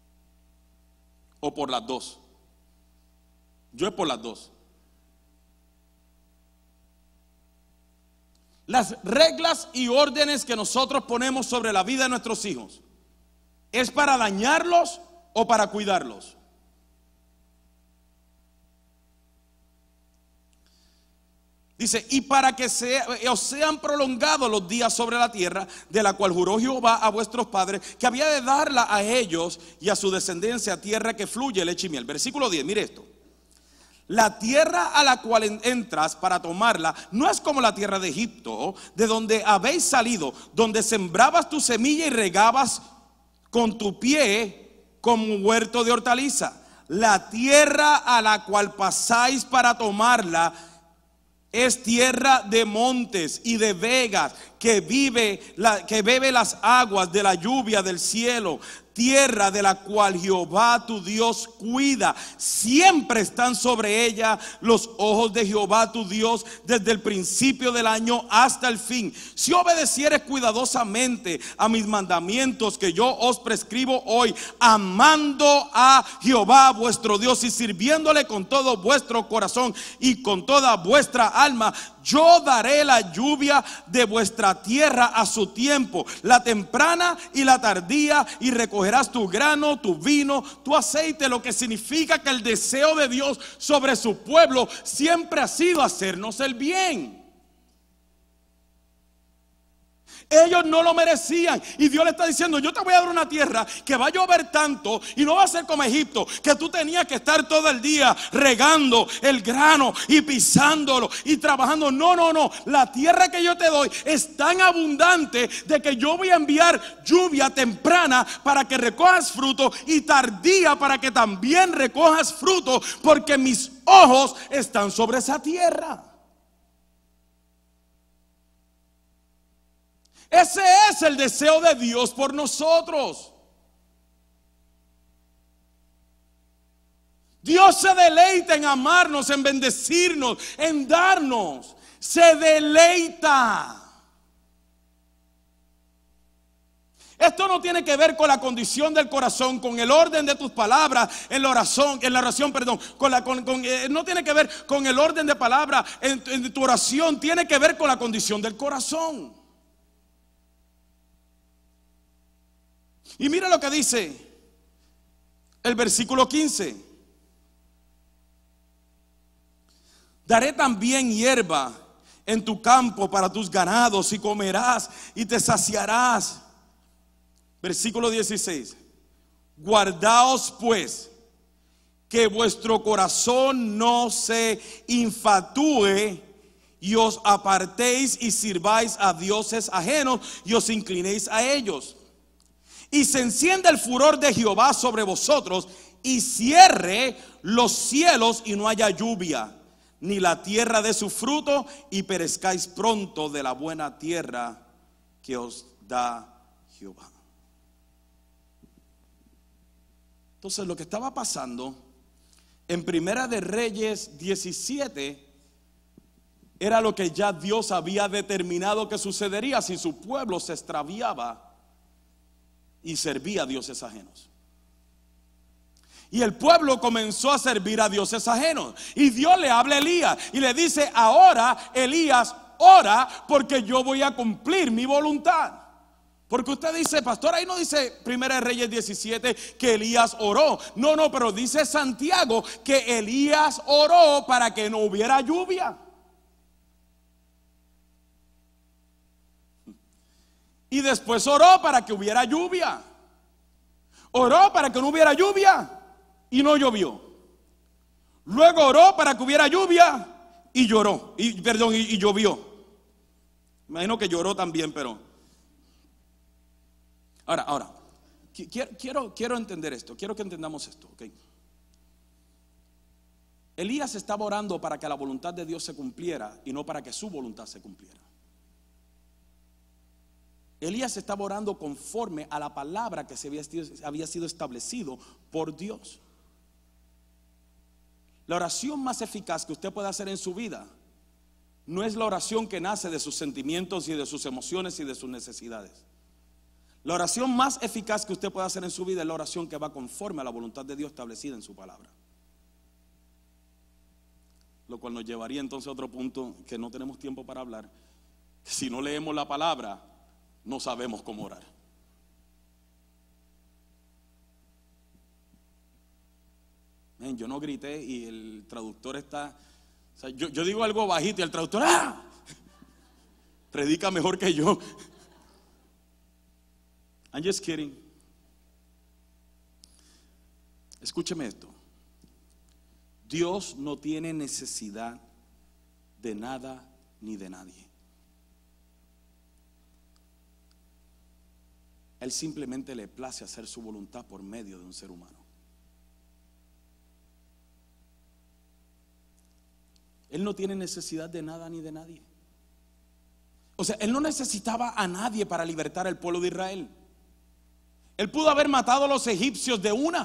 ¿O por las dos? Yo es por las dos. Las reglas y órdenes que nosotros ponemos sobre la vida de nuestros hijos, ¿es para dañarlos o para cuidarlos? Dice, y para que sea, os sean prolongados los días sobre la tierra, de la cual juró Jehová a vuestros padres, que había de darla a ellos y a su descendencia, tierra que fluye leche y miel. Versículo diez, mire esto. La tierra a la cual entras para tomarla no es como la tierra de Egipto, de donde habéis salido, donde sembrabas tu semilla y regabas con tu pie como un huerto de hortaliza. La tierra a la cual pasáis para tomarla es tierra de montes y de vegas, que vive la, que bebe las aguas de la lluvia del cielo. Tierra de la cual Jehová tu Dios cuida. Siempre están sobre ella los ojos de Jehová tu Dios, desde el principio del año hasta el fin. Si obedecieres cuidadosamente a mis mandamientos que yo os prescribo hoy, amando a Jehová vuestro Dios y sirviéndole con todo vuestro corazón y con toda vuestra alma, yo daré la lluvia de vuestra tierra a su tiempo, la temprana y la tardía, y recogerás tu grano, tu vino, tu aceite. Lo que significa que el deseo de Dios sobre su pueblo siempre ha sido hacernos el bien. Ellos no lo merecían, y Dios le está diciendo: yo te voy a dar una tierra que va a llover tanto, y no va a ser como Egipto, que tú tenías que estar todo el día regando el grano y pisándolo y trabajando. No, no, no, la tierra que yo te doy es tan abundante de que yo voy a enviar lluvia temprana para que recojas fruto, y tardía para que también recojas fruto, porque mis ojos están sobre esa tierra. Ese es el deseo de Dios por nosotros. Dios se deleita en amarnos, en bendecirnos, en darnos. Se deleita. Esto no tiene que ver con la condición del corazón, con el orden de tus palabras en la oración, en la oración, perdón, con la, con, con, eh, no tiene que ver con el orden de palabras en, en tu oración, tiene que ver con la condición del corazón. Y mira lo que dice el versículo quince. Daré también hierba en tu campo para tus ganados, y comerás y te saciarás. Versículo dieciséis. Guardaos pues que vuestro corazón no se infatué y os apartéis y sirváis a dioses ajenos y os inclinéis a ellos. Y se encienda el furor de Jehová sobre vosotros, y cierre los cielos y no haya lluvia, ni la tierra dé su fruto, y perezcáis pronto de la buena tierra que os da Jehová. Entonces, lo que estaba pasando en Primera de Reyes diecisiete era lo que ya Dios había determinado que sucedería si su pueblo se extraviaba y servía a dioses ajenos. Y el pueblo comenzó a servir a dioses ajenos, y Dios le habla a Elías y le dice: ahora, Elías, ora, porque yo voy a cumplir mi voluntad. Porque usted dice, pastor, ahí no dice Primera de Reyes diecisiete que Elías oró. No, no, pero dice Santiago que Elías oró para que no hubiera lluvia. Y después oró para que hubiera lluvia. Oró para que no hubiera lluvia y no llovió. Luego oró para que hubiera lluvia y lloró, y, perdón, y, y llovió. Imagino que lloró también, pero ahora, ahora quiero, quiero, quiero entender esto, quiero que entendamos esto, ¿ok? Elías estaba orando para que la voluntad de Dios se cumpliera y no para que su voluntad se cumpliera. Elías estaba orando conforme a la palabra que se había, había sido establecido por Dios. La oración más eficaz que usted puede hacer en su vida no es la oración que nace de sus sentimientos y de sus emociones y de sus necesidades. La oración más eficaz que usted puede hacer en su vida es la oración que va conforme a la voluntad de Dios establecida en su palabra. Lo cual nos llevaría entonces a otro punto que no tenemos tiempo para hablar. Si no leemos la palabra, no sabemos cómo orar. Man, yo no grité y el traductor está, o sea, yo, yo digo algo bajito y el traductor ¡ah! Predica mejor que yo. I'm just kidding. Escúcheme esto. Dios no tiene necesidad de nada ni de nadie. Él simplemente le place hacer su voluntad por medio de un ser humano. Él no tiene necesidad de nada ni de nadie. O sea, él no necesitaba a nadie para libertar al pueblo de Israel. Él pudo haber matado a los egipcios de una.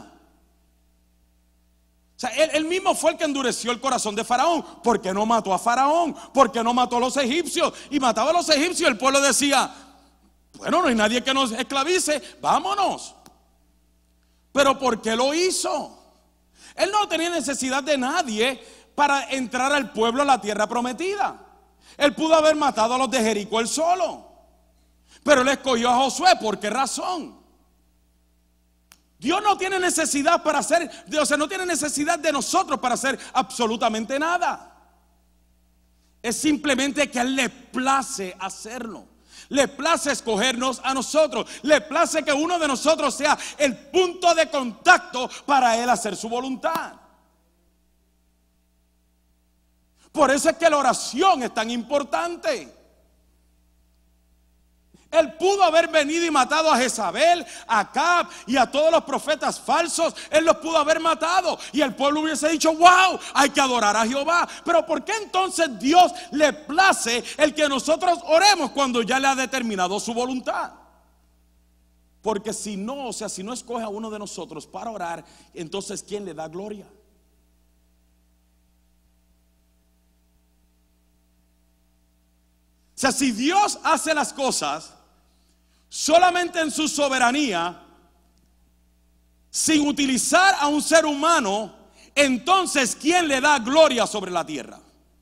O sea, él, él mismo fue el que endureció el corazón de Faraón. ¿Por qué no mató a Faraón? ¿Por qué no mató a los egipcios? Y mataba a los egipcios. El pueblo decía, bueno, no hay nadie que nos esclavice, vámonos. Pero ¿por qué lo hizo? Él no tenía necesidad de nadie para entrar al pueblo a la tierra prometida. Él pudo haber matado a los de Jericó él solo, pero él escogió a Josué. ¿Por qué razón? Dios no tiene necesidad para hacer, o sea, no tiene necesidad de nosotros para hacer absolutamente nada. Es simplemente que a Él le place hacerlo. Le place escogernos a nosotros. Le place que uno de nosotros sea el punto de contacto para Él hacer su voluntad. Por eso es que la oración es tan importante. Él pudo haber venido y matado a Jezabel, a Acab y a todos los profetas falsos. Él los pudo haber matado y el pueblo hubiese dicho, wow, hay que adorar a Jehová. Pero ¿por qué entonces Dios le place el que nosotros oremos cuando ya le ha determinado su voluntad? Porque si no, o sea, si no escoge a uno de nosotros para orar, entonces ¿quién le da gloria? O sea, si Dios hace las cosas solamente en su soberanía, sin utilizar a un ser humano, entonces ¿quién le da gloria sobre la tierra?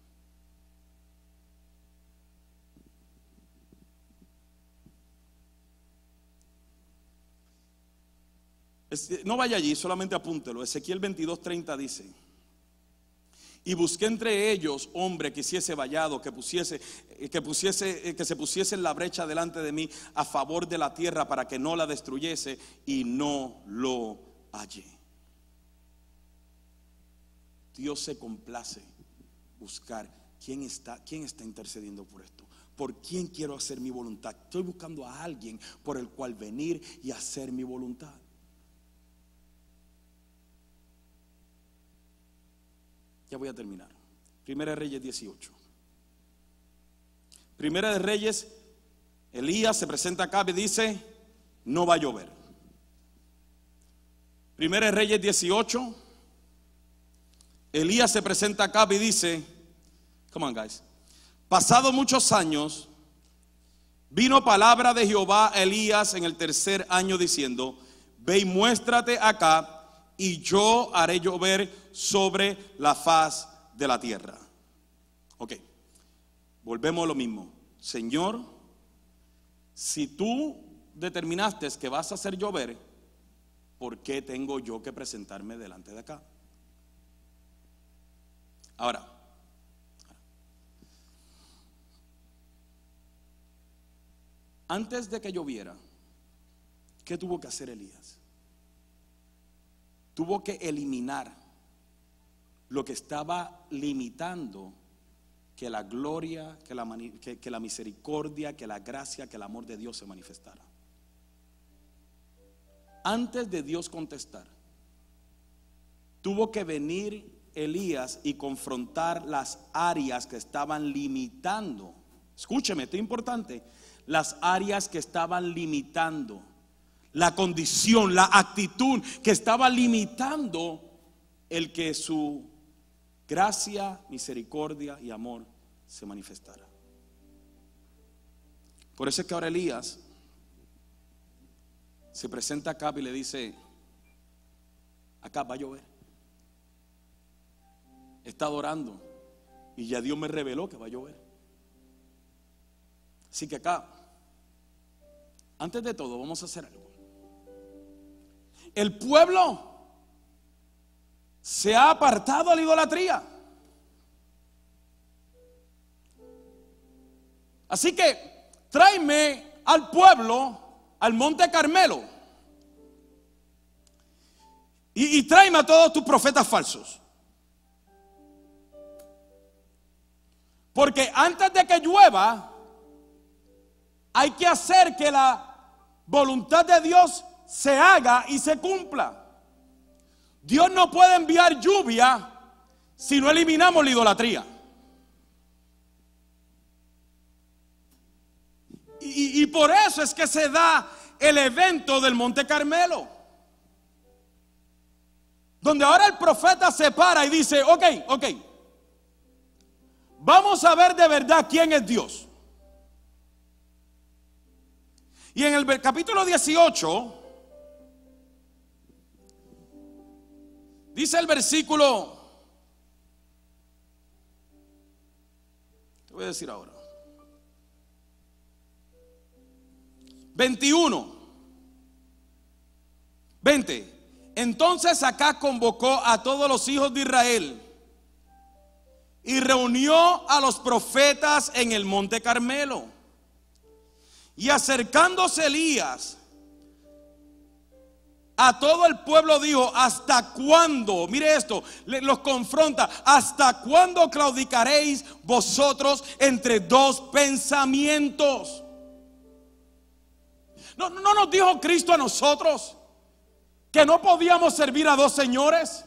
No vaya allí, solamente apúntelo. Ezequiel veintidós treinta dice: y busqué entre ellos hombre que hiciese vallado, que pusiese, que pusiese, que se pusiese en la brecha delante de mí a favor de la tierra para que no la destruyese, y no lo hallé. Dios se complace buscar quién está, quién está intercediendo por esto. ¿Por quién quiero hacer mi voluntad? Estoy buscando a alguien por el cual venir y hacer mi voluntad. Ya voy a terminar. Primera de Reyes dieciocho. Primera de Reyes, Elías se presenta acá y dice, no va a llover. Primera de Reyes dieciocho, Elías se presenta acá y dice, come on guys, pasado muchos años, vino palabra de Jehová a Elías en el tercer año diciendo, ve y muéstrate acá, y yo haré llover sobre la faz de la tierra. Ok, volvemos a lo mismo. Señor, si tú determinaste que vas a hacer llover, ¿por qué tengo yo que presentarme delante de acá? Ahora, antes de que lloviera, ¿qué tuvo que hacer Elías? Tuvo que eliminar lo que estaba limitando que la gloria, que la, que, que la misericordia, que la gracia, que el amor de Dios se manifestara. Antes de Dios contestar, tuvo que venir Elías y confrontar las áreas que estaban limitando. Escúcheme, esto es importante. Las áreas que estaban limitando, la condición, la actitud que estaba limitando el que su gracia, misericordia y amor se manifestara. Por eso es que ahora Elías se presenta acá y le dice: acá va a llover. Está adorando y ya Dios me reveló que va a llover. Así que acá, antes de todo, vamos a hacer algo. El pueblo se ha apartado a la idolatría. Así que tráeme al pueblo al monte Carmelo y, y tráeme a todos tus profetas falsos. Porque antes de que llueva, hay que hacer que la voluntad de Dios se haga y se cumpla. Dios no puede enviar lluvia si no eliminamos la idolatría. Y, y por eso es que se da el evento del Monte Carmelo, donde ahora el profeta se para y dice: ok, ok, vamos a ver de verdad quién es Dios. Y en el capítulo dieciocho dice el versículo, te voy a decir ahora, veintiuno, veinte. Entonces Acaz convocó a todos los hijos de Israel y reunió a los profetas en el monte Carmelo. Y acercándose Elías a todo el pueblo dijo: ¿hasta cuándo? Mire esto, los confronta. ¿Hasta cuándo claudicaréis vosotros entre dos pensamientos? No, no nos dijo Cristo a nosotros que no podíamos servir a dos señores,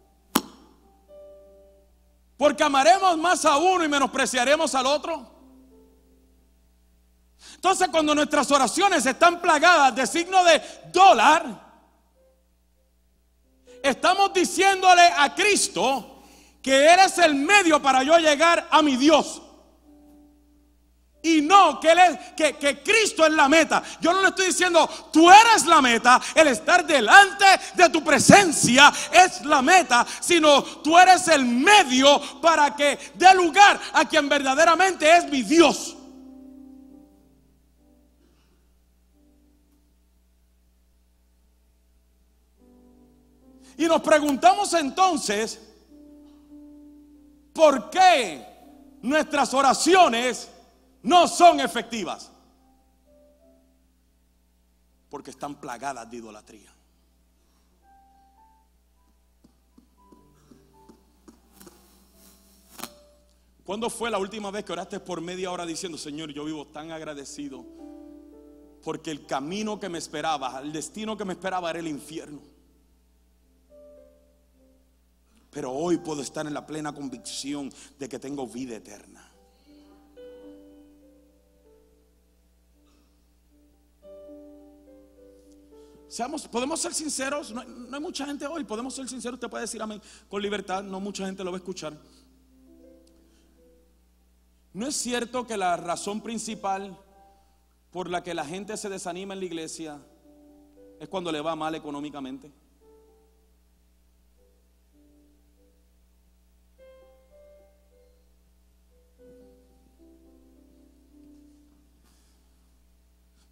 porque amaremos más a uno y menospreciaremos al otro. Entonces, cuando nuestras oraciones están plagadas de signo de dólar, estamos diciéndole a Cristo que Él es el medio para yo llegar a mi Dios, y no que, él es, que, que Cristo es la meta. Yo no le estoy diciendo tú eres la meta, el estar delante de tu presencia es la meta, sino tú eres el medio para que dé lugar a quien verdaderamente es mi Dios. Y nos preguntamos entonces, ¿por qué nuestras oraciones no son efectivas? Porque están plagadas de idolatría. ¿Cuándo fue la última vez que oraste por media hora diciendo: Señor, yo vivo tan agradecido porque el camino que me esperaba, el destino que me esperaba era el infierno, pero hoy puedo estar en la plena convicción de que tengo vida eterna? Seamos, podemos ser sinceros. No, no hay mucha gente hoy. Podemos ser sinceros. Usted puede decir amén con libertad. No mucha gente lo va a escuchar. ¿No es cierto que la razón principal por la que la gente se desanima en la iglesia es cuando le va mal económicamente?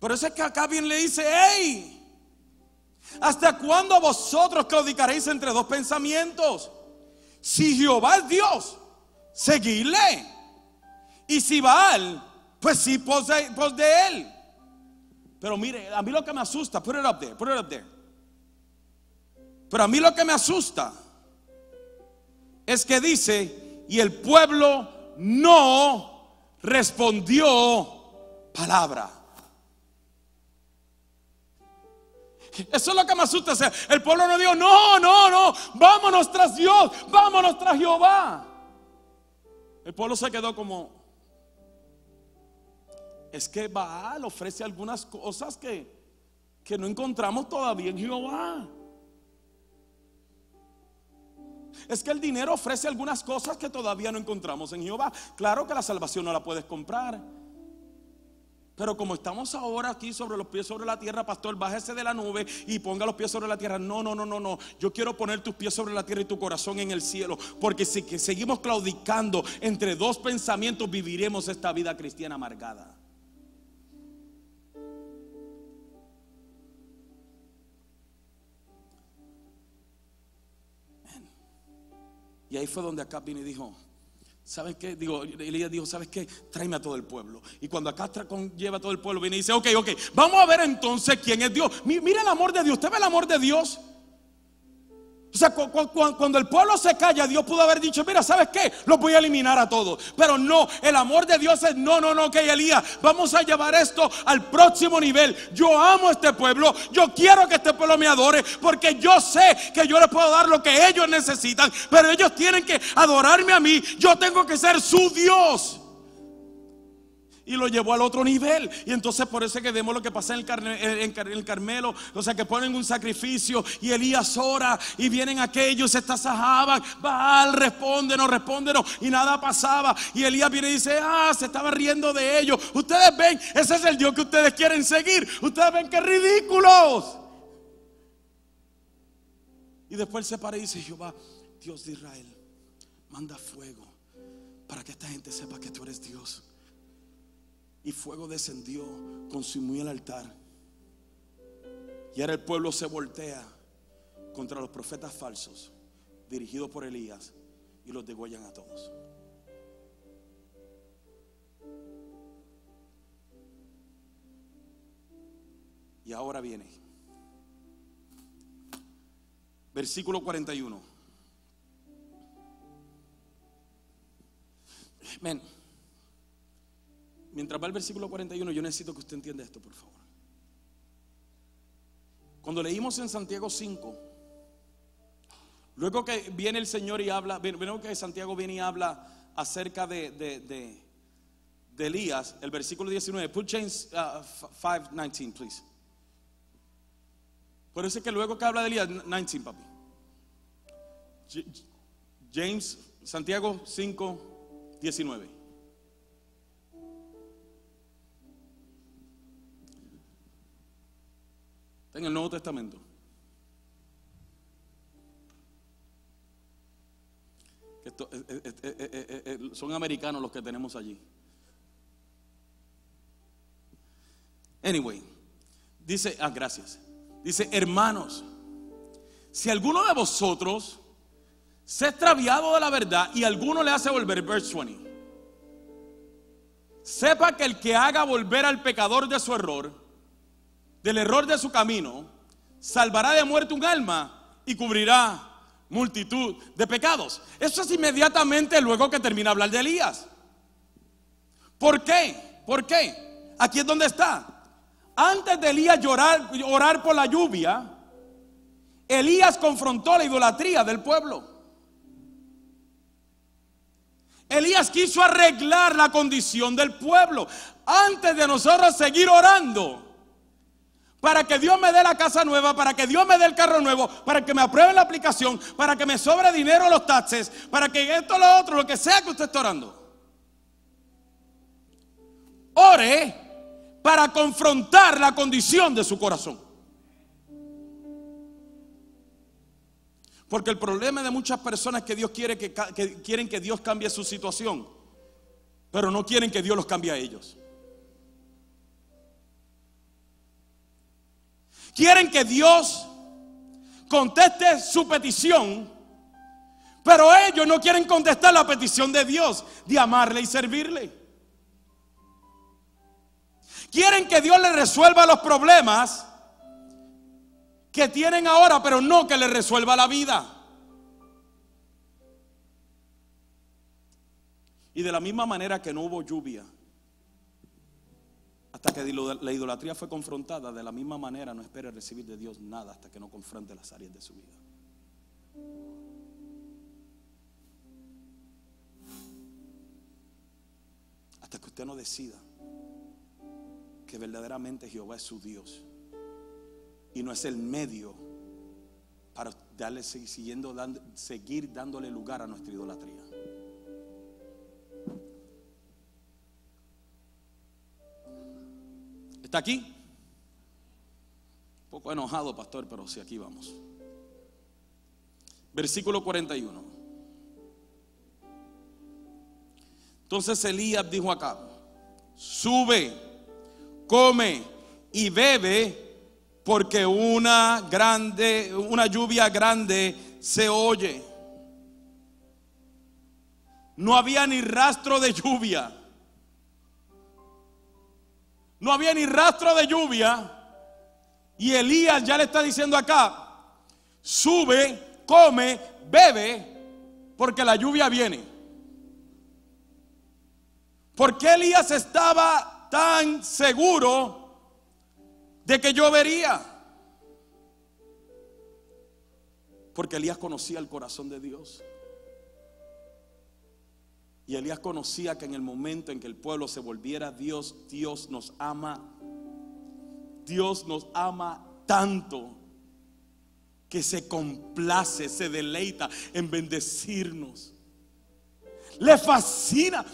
Por eso es que acá bien le dice: hey, ¿hasta cuándo vosotros claudicaréis entre dos pensamientos? Si Jehová es Dios, seguidle. Y si Baal, pues sí, pos de, pos de él. Pero mire, a mí lo que me asusta, put it up there, put it up there. Pero a mí lo que me asusta es que dice: y el pueblo no respondió palabra. Eso es lo que me asusta. O sea, el pueblo no dijo: no, no, no, vámonos tras Dios, vámonos tras Jehová. El pueblo se quedó como: es que Baal ofrece algunas cosas que, que no encontramos todavía en Jehová. Es que el dinero ofrece algunas cosas que todavía no encontramos en Jehová. Claro que la salvación no la puedes comprar, pero como estamos ahora aquí sobre los pies sobre la tierra, pastor, bájese de la nube y ponga los pies sobre la tierra. No, no, no, no, no. Yo quiero poner tus pies sobre la tierra y tu corazón en el cielo. Porque si que seguimos claudicando entre dos pensamientos, viviremos esta vida cristiana amargada. Y ahí fue donde acá vino y dijo: ¿sabes qué? Digo, Elías dijo: ¿sabes qué? Tráeme a todo el pueblo. Y cuando acá lleva a todo el pueblo, viene y dice: ok, ok, vamos a ver entonces quién es Dios. Mira el amor de Dios. ¿Usted ve el amor de Dios? O sea, cu cu cuando el pueblo se calla, Dios pudo haber dicho: mira, ¿sabes qué? Los voy a eliminar a todos. Pero no, el amor de Dios es: no, no, no, ok, Elías, vamos a llevar esto al próximo nivel. Yo amo a este pueblo, yo quiero que este pueblo me adore, porque yo sé que yo les puedo dar lo que ellos necesitan, pero ellos tienen que adorarme a mí. Yo tengo que ser su Dios. Y lo llevó al otro nivel. Y entonces por eso es que vemos lo que pasa en el, Carne, en el Carmelo. O sea, que ponen un sacrificio y Elías ora y vienen aquellos, se estasajaban. Baal, respóndenos, respóndenos. Y nada pasaba. Y Elías viene y dice: ah, se estaba riendo de ellos. Ustedes ven, ese es el Dios que ustedes quieren seguir. Ustedes ven qué ridículos. Y después se para y dice: Jehová, Dios de Israel, manda fuego para que esta gente sepa que tú eres Dios. Y fuego descendió, consumió el altar. Y ahora el pueblo se voltea contra los profetas falsos, dirigidos por Elías, y los degüellan a todos. Y ahora viene versículo cuarenta y uno. Amén. Mientras va el versículo cuarenta y uno, yo necesito que usted entienda esto, por favor. Cuando leímos en Santiago cinco, luego que viene el Señor y habla, luego que Santiago viene y habla acerca de, de, de, de Elías, el versículo diecinueve. Put James uh, five nineteen, please. Por eso es que luego que habla de Elías, diecinueve, papi. James, Santiago cinco, diecinueve. Está en el Nuevo Testamento. Esto, eh, eh, eh, eh, eh, eh, son americanos los que tenemos allí. Anyway, dice, ah, gracias. Dice: hermanos, si alguno de vosotros se ha extraviado de la verdad y alguno le hace volver, verse veinte, sepa que el que haga volver al pecador de su error, del error de su camino, salvará de muerte un alma y cubrirá multitud de pecados. Eso es inmediatamente luego que termina de hablar de Elías. ¿Por qué? ¿Por qué? Aquí es donde está. Antes de Elías llorar, orar por la lluvia, Elías confrontó la idolatría del pueblo. Elías quiso arreglar la condición del pueblo. Antes de nosotros seguir orando para que Dios me dé la casa nueva, para que Dios me dé el carro nuevo, para que me aprueben la aplicación, para que me sobre dinero a los taxes, para que esto, lo otro, lo que sea que usted esté orando, ore para confrontar la condición de su corazón. Porque el problema de muchas personas es que Dios quiere que, que quieren que Dios cambie su situación, pero no quieren que Dios los cambie a ellos. Quieren que Dios conteste su petición, pero ellos no quieren contestar la petición de Dios de amarle y servirle. Quieren que Dios les resuelva los problemas que tienen ahora, pero no que les resuelva la vida. Y de la misma manera que no hubo lluvia hasta que la idolatría fue confrontada, de la misma manera no espere recibir de Dios nada hasta que no confronte las áreas de su vida. Hasta que usted no decida que verdaderamente Jehová es su Dios y no es el medio para darle, siguiendo, dando, seguir dándole lugar a nuestra idolatría. ¿Está aquí? Un poco enojado, pastor, pero sí, aquí vamos. Versículo cuarenta y uno. Entonces Elías dijo a Acab: sube, come y bebe, porque una grande, una lluvia grande se oye. No había ni rastro de lluvia. No había ni rastro de lluvia. Y Elías ya le está diciendo acá: sube, come, bebe, porque la lluvia viene. ¿Por qué Elías estaba tan seguro de que llovería? Porque Elías conocía el corazón de Dios. Y Elías conocía que en el momento en que el pueblo se volviera a Dios, Dios nos ama. Dios nos ama tanto que se complace, se deleita en bendecirnos. Le fascina.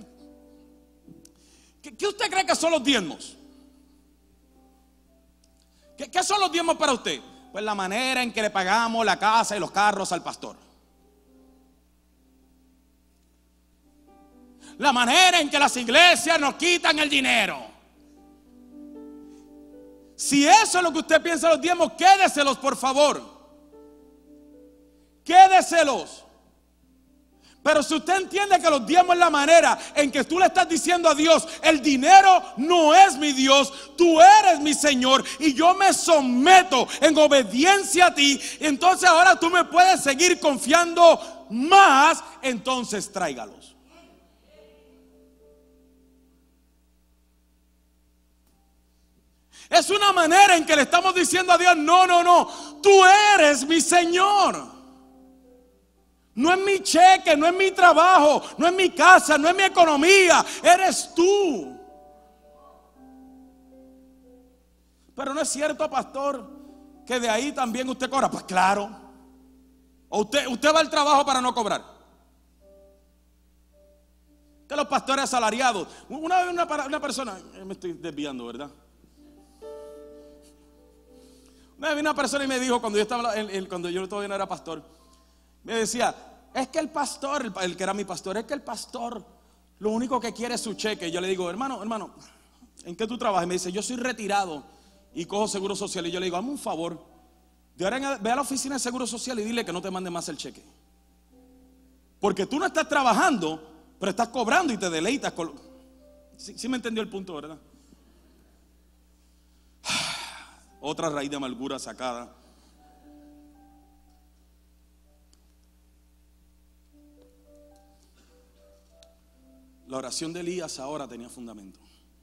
¿Qué, qué usted cree que son los diezmos? ¿Qué, ¿Qué son los diezmos para usted? Pues la manera en que le pagamos la casa y los carros al pastor. La manera en que las iglesias nos quitan el dinero. Si eso es lo que usted piensa de los diezmos, quédeselos, por favor. Quédeselos. Pero si usted entiende que los diezmos es la manera en que tú le estás diciendo a Dios: el dinero no es mi Dios, tú eres mi Señor y yo me someto en obediencia a ti, entonces ahora tú me puedes seguir confiando más, entonces tráigalos. Es una manera en que le estamos diciendo a Dios: no, no, no, tú eres mi Señor. No es mi cheque, no es mi trabajo, no es mi casa, no es mi economía, eres tú. Pero no es cierto, pastor, que de ahí también usted cobra. Pues claro. O usted, usted va al trabajo para no cobrar. Que los pastores asalariados. Una vez una, una persona, me estoy desviando, ¿verdad? Una vez una persona y me dijo, cuando yo estaba, cuando yo todavía no era pastor, me decía: es que el pastor, el, el que era mi pastor, es que el pastor lo único que quiere es su cheque. Y yo le digo: hermano, hermano, ¿en qué tú trabajas? Y me dice: yo soy retirado y cojo seguro social. Y yo le digo: hazme un favor, de ahora en, ve a la oficina de seguro social y dile que no te mande más el cheque. Porque tú no estás trabajando, pero estás cobrando y te deleitas con... ¿Sí, sí me entendió el punto, verdad? Otra raíz de amargura sacada. La oración de Elías ahora tenía fundamento.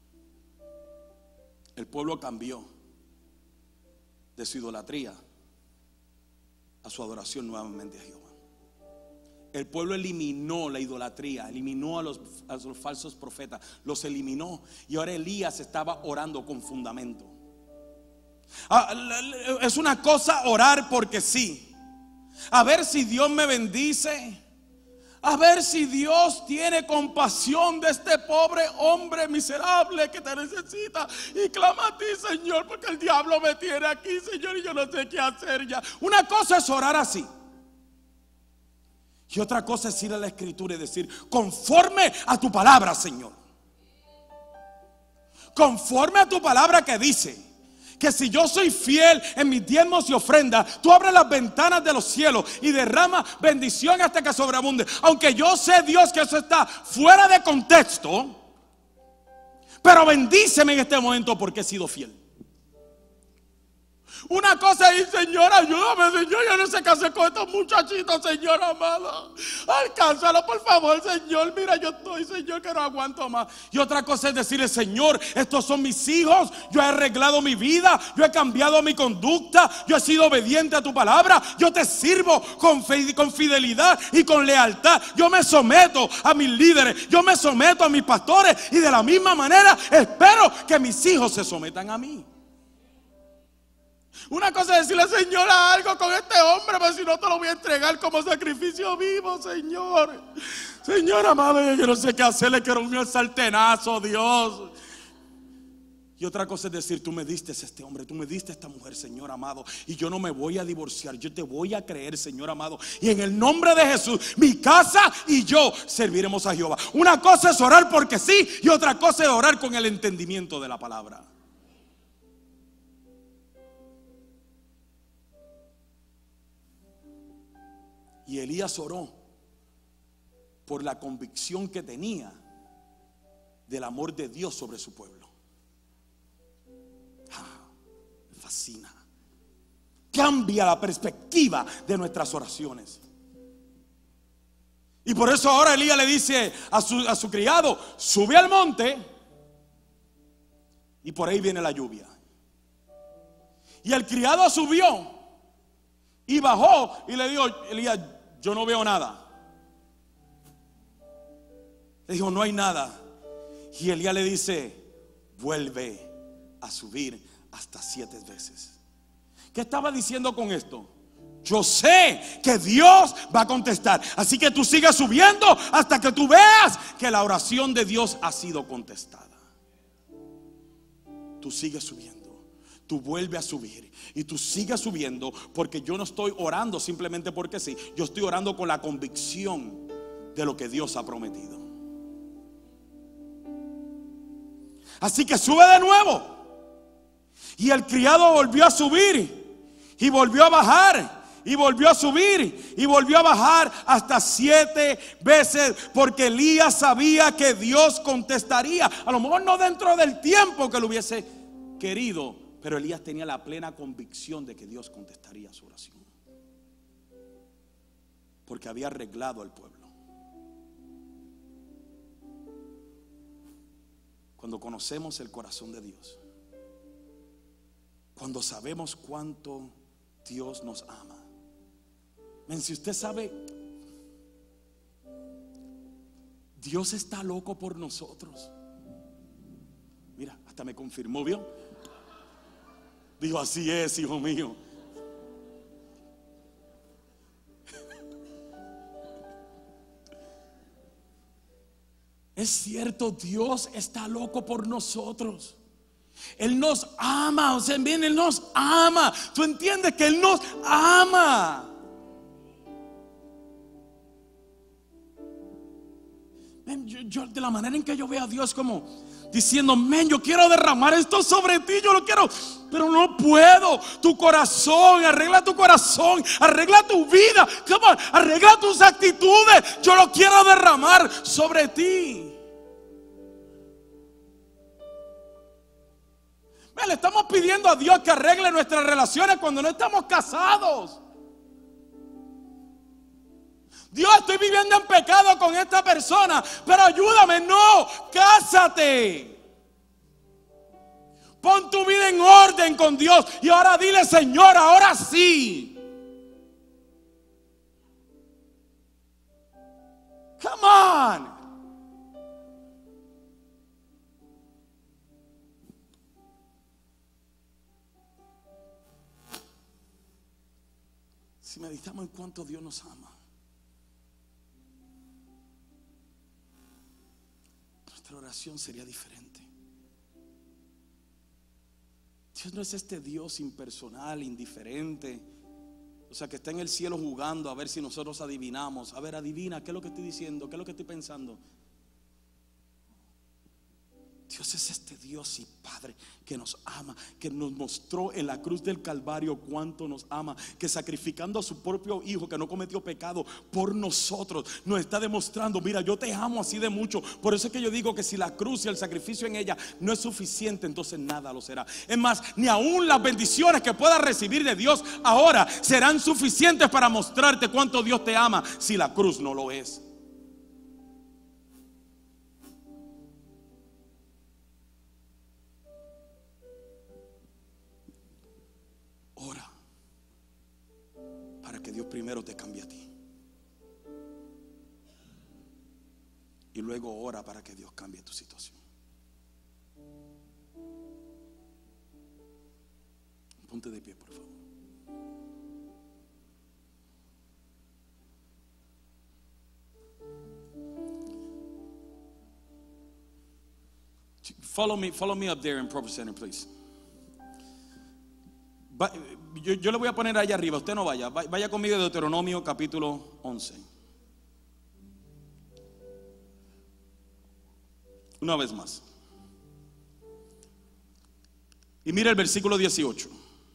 El pueblo cambió de su idolatría a su adoración nuevamente a Jehová. El pueblo eliminó la idolatría, eliminó a los, a los falsos profetas, los eliminó. Y ahora Elías estaba orando con fundamento. Ah, es una cosa orar porque sí. A ver si Dios me bendice. A ver si Dios tiene compasión de este pobre hombre miserable que te necesita y clama a ti, Señor, porque el diablo me tiene aquí, Señor, y yo no sé qué hacer ya. Una cosa es orar así. Y otra cosa es ir a la Escritura y decir: conforme a tu palabra, Señor. Conforme a tu palabra que dice que si yo soy fiel en mis diezmos y ofrendas, tú abres las ventanas de los cielos y derrama bendición hasta que sobreabunde. Aunque yo sé, Dios, que eso está fuera de contexto, pero bendíceme en este momento porque he sido fiel. Una cosa es, Señor, ayúdame, Señor, yo no sé qué hacer con estos muchachitos, Señor amado. Alcánzalo, por favor, Señor. Mira, yo estoy, Señor, que no aguanto más. Y otra cosa es decirle, Señor, estos son mis hijos. Yo he arreglado mi vida, yo he cambiado mi conducta, yo he sido obediente a tu palabra. Yo te sirvo con, fe, con fidelidad y con lealtad. Yo me someto a mis líderes, yo me someto a mis pastores. Y de la misma manera espero que mis hijos se sometan a mí. Una cosa es decirle, Señor, algo con este hombre, pero si no te lo voy a entregar como sacrificio vivo, Señor. Señor amado, yo no sé qué hacerle, quiero un sartenazo, Dios. Y otra cosa es decir, tú me diste este hombre, tú me diste esta mujer, Señor amado, y yo no me voy a divorciar, yo te voy a creer, Señor amado, y en el nombre de Jesús, mi casa y yo serviremos a Jehová. Una cosa es orar porque sí, y otra cosa es orar con el entendimiento de la palabra. Y Elías oró por la convicción que tenía del amor de Dios sobre su pueblo. Ah, me fascina. Cambia la perspectiva de nuestras oraciones. Y por eso ahora Elías le dice a su, a su criado, sube al monte y por ahí viene la lluvia. Y el criado subió y bajó y le dijo, Elías, yo no veo nada. Le dijo, no hay nada. Y Elías le dice, vuelve a subir hasta siete veces. ¿Qué estaba diciendo con esto? Yo sé que Dios va a contestar, así que tú sigas subiendo hasta que tú veas que la oración de Dios ha sido contestada. Tú sigues subiendo. Tú vuelves a subir y tú sigues subiendo, porque yo no estoy orando simplemente porque sí. Yo estoy orando con la convicción de lo que Dios ha prometido. Así que sube de nuevo. Y el criado volvió a subir y volvió a bajar y volvió a subir y volvió a bajar hasta siete veces, porque Elías sabía que Dios contestaría. A lo mejor no dentro del tiempo que lo hubiese querido, pero Elías tenía la plena convicción de que Dios contestaría su oración, porque había arreglado al pueblo. Cuando conocemos el corazón de Dios, cuando sabemos cuánto Dios nos ama. Men, si usted sabe, Dios está loco por nosotros. Mira, hasta me confirmó, ¿vio? Dijo, así es, hijo mío. Es cierto, Dios está loco por nosotros. Él nos ama, o sea, bien, Él nos ama. Tú entiendes que Él nos ama. Man, yo, yo, de la manera en que yo veo a Dios, como diciendo, men, yo quiero derramar esto sobre ti, yo lo quiero, pero no puedo. Tu corazón, arregla tu corazón, arregla tu vida, come on, arregla tus actitudes. Yo lo quiero derramar sobre ti. Men, le estamos pidiendo a Dios que arregle nuestras relaciones cuando no estamos casados. Dios, estoy viviendo en pecado con esta persona, pero ayúdame. No, cásate. Pon tu vida en orden con Dios. Y ahora dile, Señor, ahora sí. Come on. Si meditamos en cuánto Dios nos ama, nuestra oración sería diferente. Dios no es este Dios impersonal, indiferente, o sea, que está en el cielo jugando a ver si nosotros adivinamos. A ver, adivina, ¿qué es lo que estoy diciendo? ¿Qué es lo que estoy pensando? Dios es este Dios y Padre que nos ama, que nos mostró en la cruz del Calvario cuánto nos ama, que sacrificando a su propio Hijo que no cometió pecado por nosotros, nos está demostrando: mira, yo te amo así de mucho. Por eso es que yo digo que si la cruz y el sacrificio en ella no es suficiente, entonces nada lo será. Es más, ni aún las bendiciones que puedas recibir de Dios ahora serán suficientes para mostrarte cuánto Dios te ama, si la cruz no lo es. Ora para que Dios primero te cambie a ti, y luego ora para que Dios cambie tu situación. Ponte de pie, por favor. Follow me, follow me up there in Purpose Center, please. Yo, yo le voy a poner allá arriba, usted no vaya. Vaya conmigo a Deuteronomio capítulo once. Una vez más. Y mira el versículo dieciocho.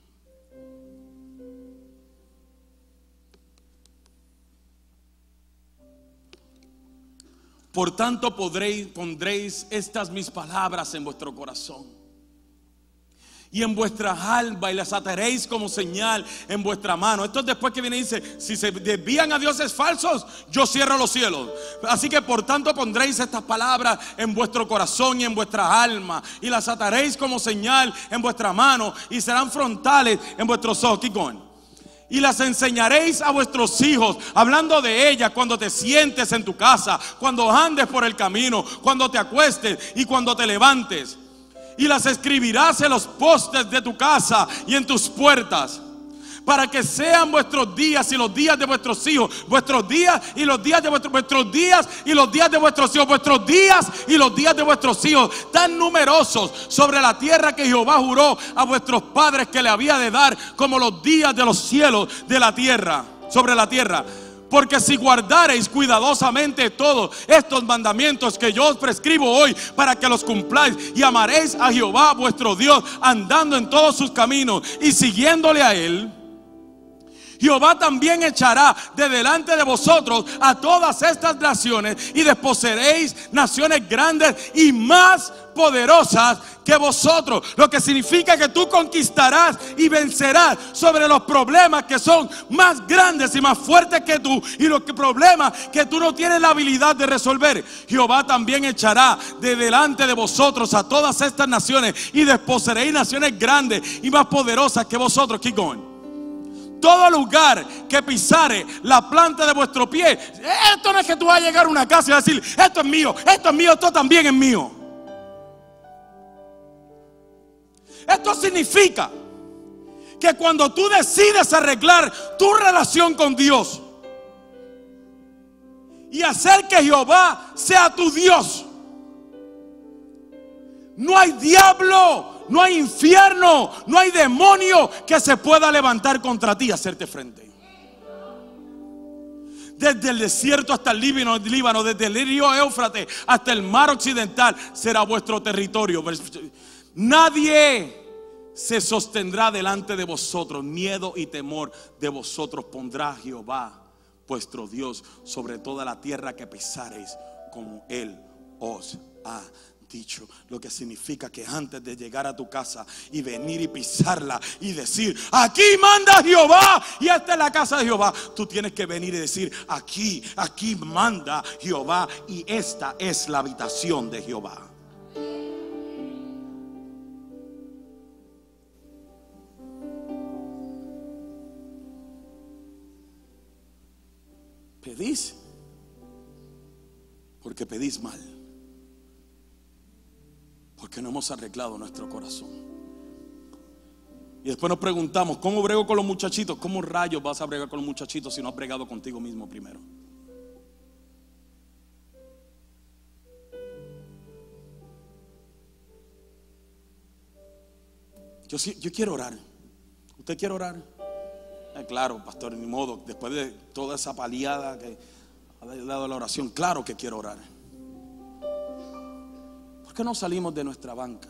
Por tanto podréis, pondréis estas mis palabras en vuestro corazón y en vuestra alma, y las ataréis como señal en vuestra mano. Esto es después que viene y dice: si se desvían a dioses falsos, yo cierro los cielos. Así que por tanto pondréis estas palabras en vuestro corazón y en vuestra alma, y las ataréis como señal en vuestra mano, y serán frontales en vuestros ojos. Keep going. Y las enseñaréis a vuestros hijos, hablando de ellas cuando te sientes en tu casa, cuando andes por el camino, cuando te acuestes y cuando te levantes. Y las escribirás en los postes de tu casa y en tus puertas, para que sean vuestros días y los días de vuestros hijos, vuestros días y los días de vuestros, vuestros días y los días de vuestros hijos, vuestros días y los días de vuestros hijos, tan numerosos sobre la tierra que Jehová juró a vuestros padres que le había de dar, como los días de los cielos de la tierra, sobre la tierra. Porque si guardareis cuidadosamente todos estos mandamientos que yo os prescribo hoy, para que los cumpláis, y amaréis a Jehová vuestro Dios, andando en todos sus caminos y siguiéndole a él, Jehová también echará de delante de vosotros a todas estas naciones, y desposeeréis naciones grandes y más poderosas que vosotros. Lo que significa que tú conquistarás y vencerás sobre los problemas que son más grandes y más fuertes que tú, y los que problemas que tú no tienes la habilidad de resolver. Jehová también echará de delante de vosotros a todas estas naciones, y desposeeréis naciones grandes y más poderosas que vosotros. Keep going. Todo lugar que pisare la planta de vuestro pie. Esto no es que tú vas a llegar a una casa y vas a decir: esto es mío, esto es mío, esto también es mío. Esto significa que cuando tú decides arreglar tu relación con Dios y hacer que Jehová sea tu Dios, no hay diablo, no hay infierno, no hay demonio que se pueda levantar contra ti y hacerte frente. Desde el desierto hasta el Líbano, Líbano, desde el río Éufrates hasta el mar occidental será vuestro territorio. Nadie se sostendrá delante de vosotros. Miedo y temor de vosotros pondrá Jehová vuestro Dios sobre toda la tierra que pisareis, como Él os ha dicho. Lo que significa que antes de llegar a tu casa y venir y pisarla y decir: aquí manda Jehová y esta es la casa de Jehová, tú tienes que venir y decir: aquí, aquí manda Jehová y esta es la habitación de Jehová. Pedís porque pedís mal, porque no hemos arreglado nuestro corazón. Y después nos preguntamos: ¿cómo brego con los muchachitos? ¿Cómo rayos vas a bregar con los muchachitos si no has bregado contigo mismo primero? Yo, yo quiero orar. ¿Usted quiere orar? Eh, claro, pastor, ni modo. Después de toda esa paliada que ha dado la oración, claro que quiero orar. qué no salimos de nuestra banca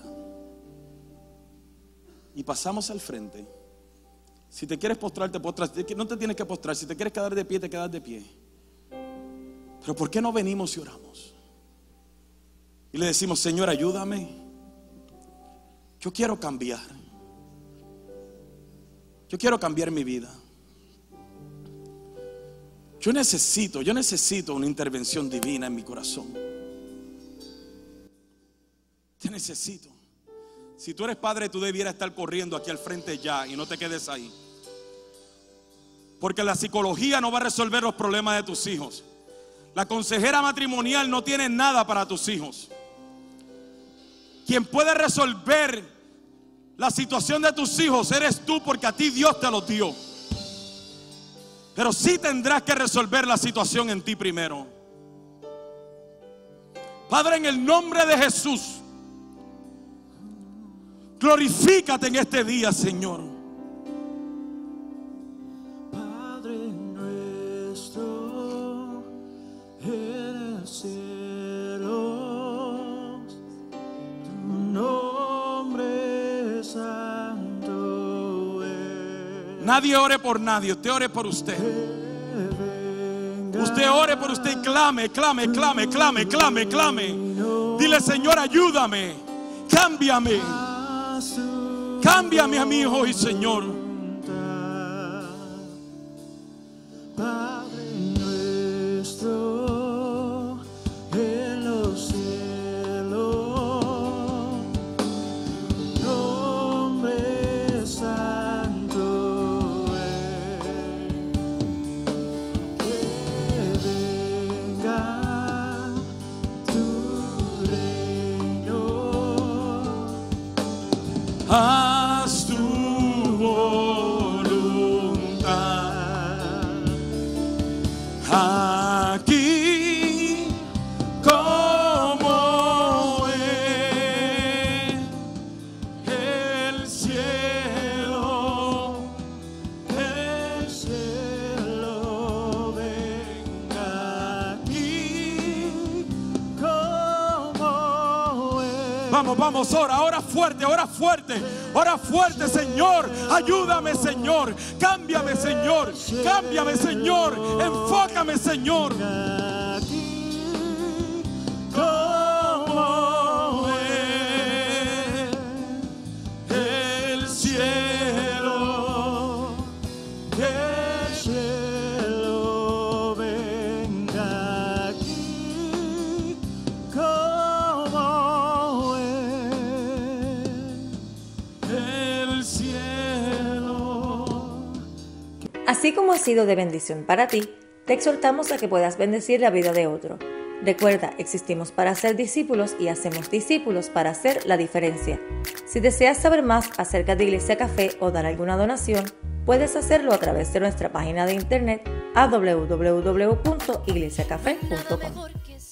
y pasamos al frente? Si te quieres postrar, te postras. No te tienes que postrar. Si te quieres quedar de pie, te quedas de pie. Pero ¿por qué no venimos y oramos? Y le decimos: Señor, ayúdame. Yo quiero cambiar. Yo quiero cambiar mi vida. Yo necesito, yo necesito una intervención divina en mi corazón. Te necesito. Si tú eres padre, tú debieras estar corriendo aquí al frente ya y no te quedes ahí. Porque la psicología no va a resolver los problemas de tus hijos. La consejera matrimonial no tiene nada para tus hijos. Quien puede resolver la situación de tus hijos eres tú, porque a ti Dios te los dio. Pero sí tendrás que resolver la situación en ti primero. Padre, en el nombre de Jesús, glorifícate en este día, Señor. Padre nuestro en el cielo, tu nombre santo es. Nadie ore por nadie, usted ore por usted. Usted ore por usted y clame, clame, clame, clame, clame, clame. Dile: Señor, ayúdame, cámbiame. Cámbiame a mi hijo y Señor. Padre nuestro en los cielos, tu nombre santo es. Que venga tu reino. Haz tu voluntad aquí como en el cielo. El cielo venga aquí como es. Vamos, vamos, ora, ora fuerte, ora fuerte, ora fuerte, Señor. Ayúdame, Señor. Cámbiame, Señor. Cámbiame, Señor. Enfócame, Señor. Aquí como es El cielo. el cielo venga aquí como es El cielo. Así como ha sido de bendición para ti, te exhortamos a que puedas bendecir la vida de otro. Recuerda, existimos para ser discípulos y hacemos discípulos para hacer la diferencia. Si deseas saber más acerca de Iglesia Café o dar alguna donación, puedes hacerlo a través de nuestra página de internet a doble u doble u doble u punto iglesia café punto com.